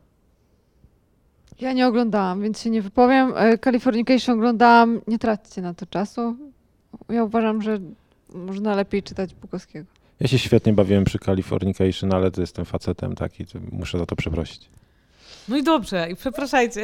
Ja nie oglądałam, więc się nie wypowiem. E, Californication oglądałam, nie traćcie na to czasu. Ja uważam, że można lepiej czytać Bukowskiego. Ja się świetnie bawiłem przy Californication, ale to jestem facetem taki, to muszę za to przeprosić. No i dobrze, i przepraszajcie.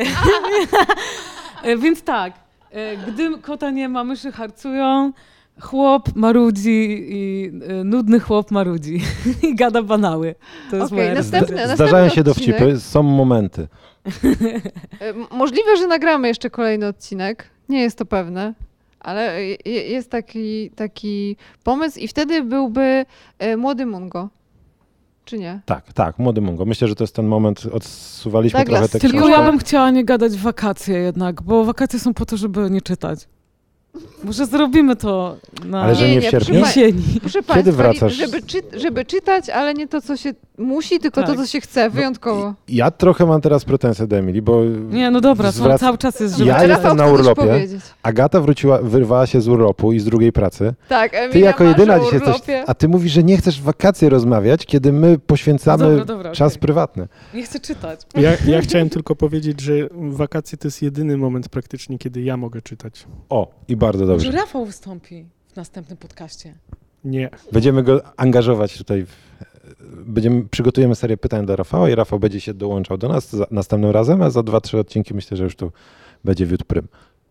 E, Więc tak, e, gdy kota nie ma, myszy harcują, chłop marudzi i e, nudny chłop marudzi i gada banały. To jest Okej, moja następny- recepta. Zdarzają się odcinek. dowcipy, są momenty. E, m- Możliwe, że nagramy jeszcze kolejny odcinek. Nie jest to pewne, ale je- je- jest taki, taki pomysł i wtedy byłby e, Młody Mungo. Czy nie? Tak, tak, Młody Mungo. Myślę, że to jest ten moment, odsuwaliśmy Douglas, trochę te Tylko książki. ja bym chciała nie gadać w wakacje jednak, bo wakacje są po to, żeby nie czytać. Może zrobimy to na Ale że Nie, nie nie, w sierpniu? proszę jesieni. Proszę Kiedy Państwa, wracasz? żeby, czy, żeby czytać, ale nie to, co się musi, tylko Tak. to, co się chce, wyjątkowo. Ja trochę mam teraz pretensje do Emilii, bo Nie, no dobra, to zwrac- cały czas jest, żeby Ja czytać. jestem na chce coś urlopie. powiedzieć. Agata wróciła, wyrwała się z urlopu i z drugiej pracy. Tak, Ty Emilia jako marzy jedyna o dzisiaj coś, urlopie. a ty mówisz, że nie chcesz w wakacje rozmawiać, kiedy my poświęcamy No dobra, dobra, czas okej. prywatny. Nie chcę czytać. Ja, ja chciałem tylko powiedzieć, że wakacje to jest jedyny moment praktycznie, kiedy ja mogę czytać. O, i bardzo Może dobrze. Rafał wystąpi w następnym podcaście. Nie. Będziemy go angażować tutaj. W, będziemy, przygotujemy serię pytań do Rafała i Rafał będzie się dołączał do nas za, następnym razem, a za dwa, trzy odcinki myślę, że już tu będzie wiódł prym.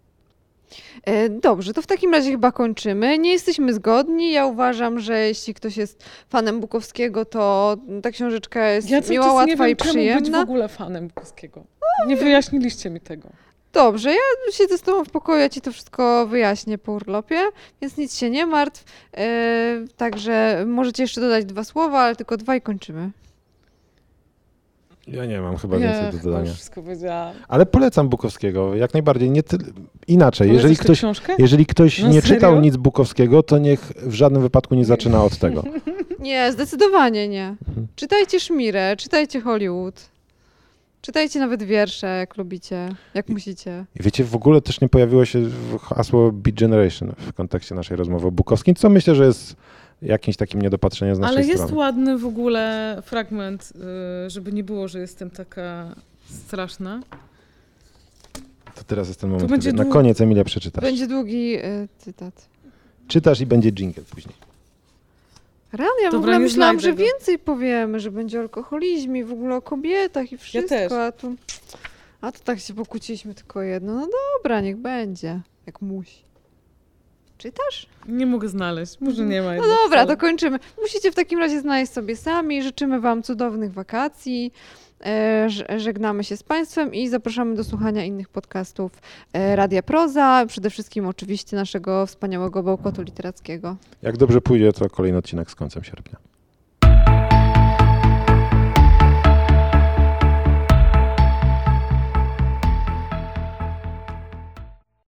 E, Dobrze, to w takim razie chyba kończymy. Nie jesteśmy zgodni. Ja uważam, że jeśli ktoś jest fanem Bukowskiego, to ta książeczka jest Ja cały miła, czas nie łatwa wiem, i czemu być w przyjemna. ogóle fanem Bukowskiego. Nie wyjaśniliście mi tego. Dobrze, ja siedzę z tobą w pokoju, ja ci to wszystko wyjaśnię po urlopie, więc nic się nie martw. E, Także możecie jeszcze dodać dwa słowa, ale tylko dwa i kończymy. Ja nie mam chyba Ja więcej do chyba dodania. już wszystko powiedziałam. Ale polecam Bukowskiego, jak najbardziej. Nie ty... Inaczej, jeżeli Polecasz tę ktoś, książkę? jeżeli ktoś No nie serio? czytał nic Bukowskiego, to niech w żadnym wypadku nie zaczyna od tego. Nie, zdecydowanie nie. Mhm. Czytajcie Szmirę, czytajcie Hollywood. Czytajcie nawet wiersze, jak lubicie, jak musicie. I wiecie, w ogóle też nie pojawiło się hasło Beat Generation w kontekście naszej rozmowy o Bukowskim, co myślę, że jest jakimś takim niedopatrzeniem z naszej Ale jest strony. ładny w ogóle fragment, y, żeby nie było, że jestem taka straszna. To teraz jest ten moment, będzie kiedy na dłu- koniec Emilia przeczytasz. Będzie długi y, cytat. Czytasz i będzie jingle później. Ran, ja w Dobra, ogóle nie myślałam, że znajdę go. więcej powiemy, że będzie o alkoholizmie, w ogóle o kobietach i wszystko, też. a tu... A to tak się pokłóciliśmy tylko jedno. No dobra, niech będzie, jak musi. Czytasz? Nie mogę znaleźć, może nie ma. No jednak dobra, wcale. to kończymy. Musicie w takim razie znaleźć sobie sami. Życzymy wam cudownych wakacji. E, ż- Żegnamy się z Państwem i zapraszamy do słuchania innych podcastów e, Radia Proza. Przede wszystkim oczywiście naszego wspaniałego bełkotu literackiego. Jak dobrze pójdzie, to kolejny odcinek z końcem sierpnia.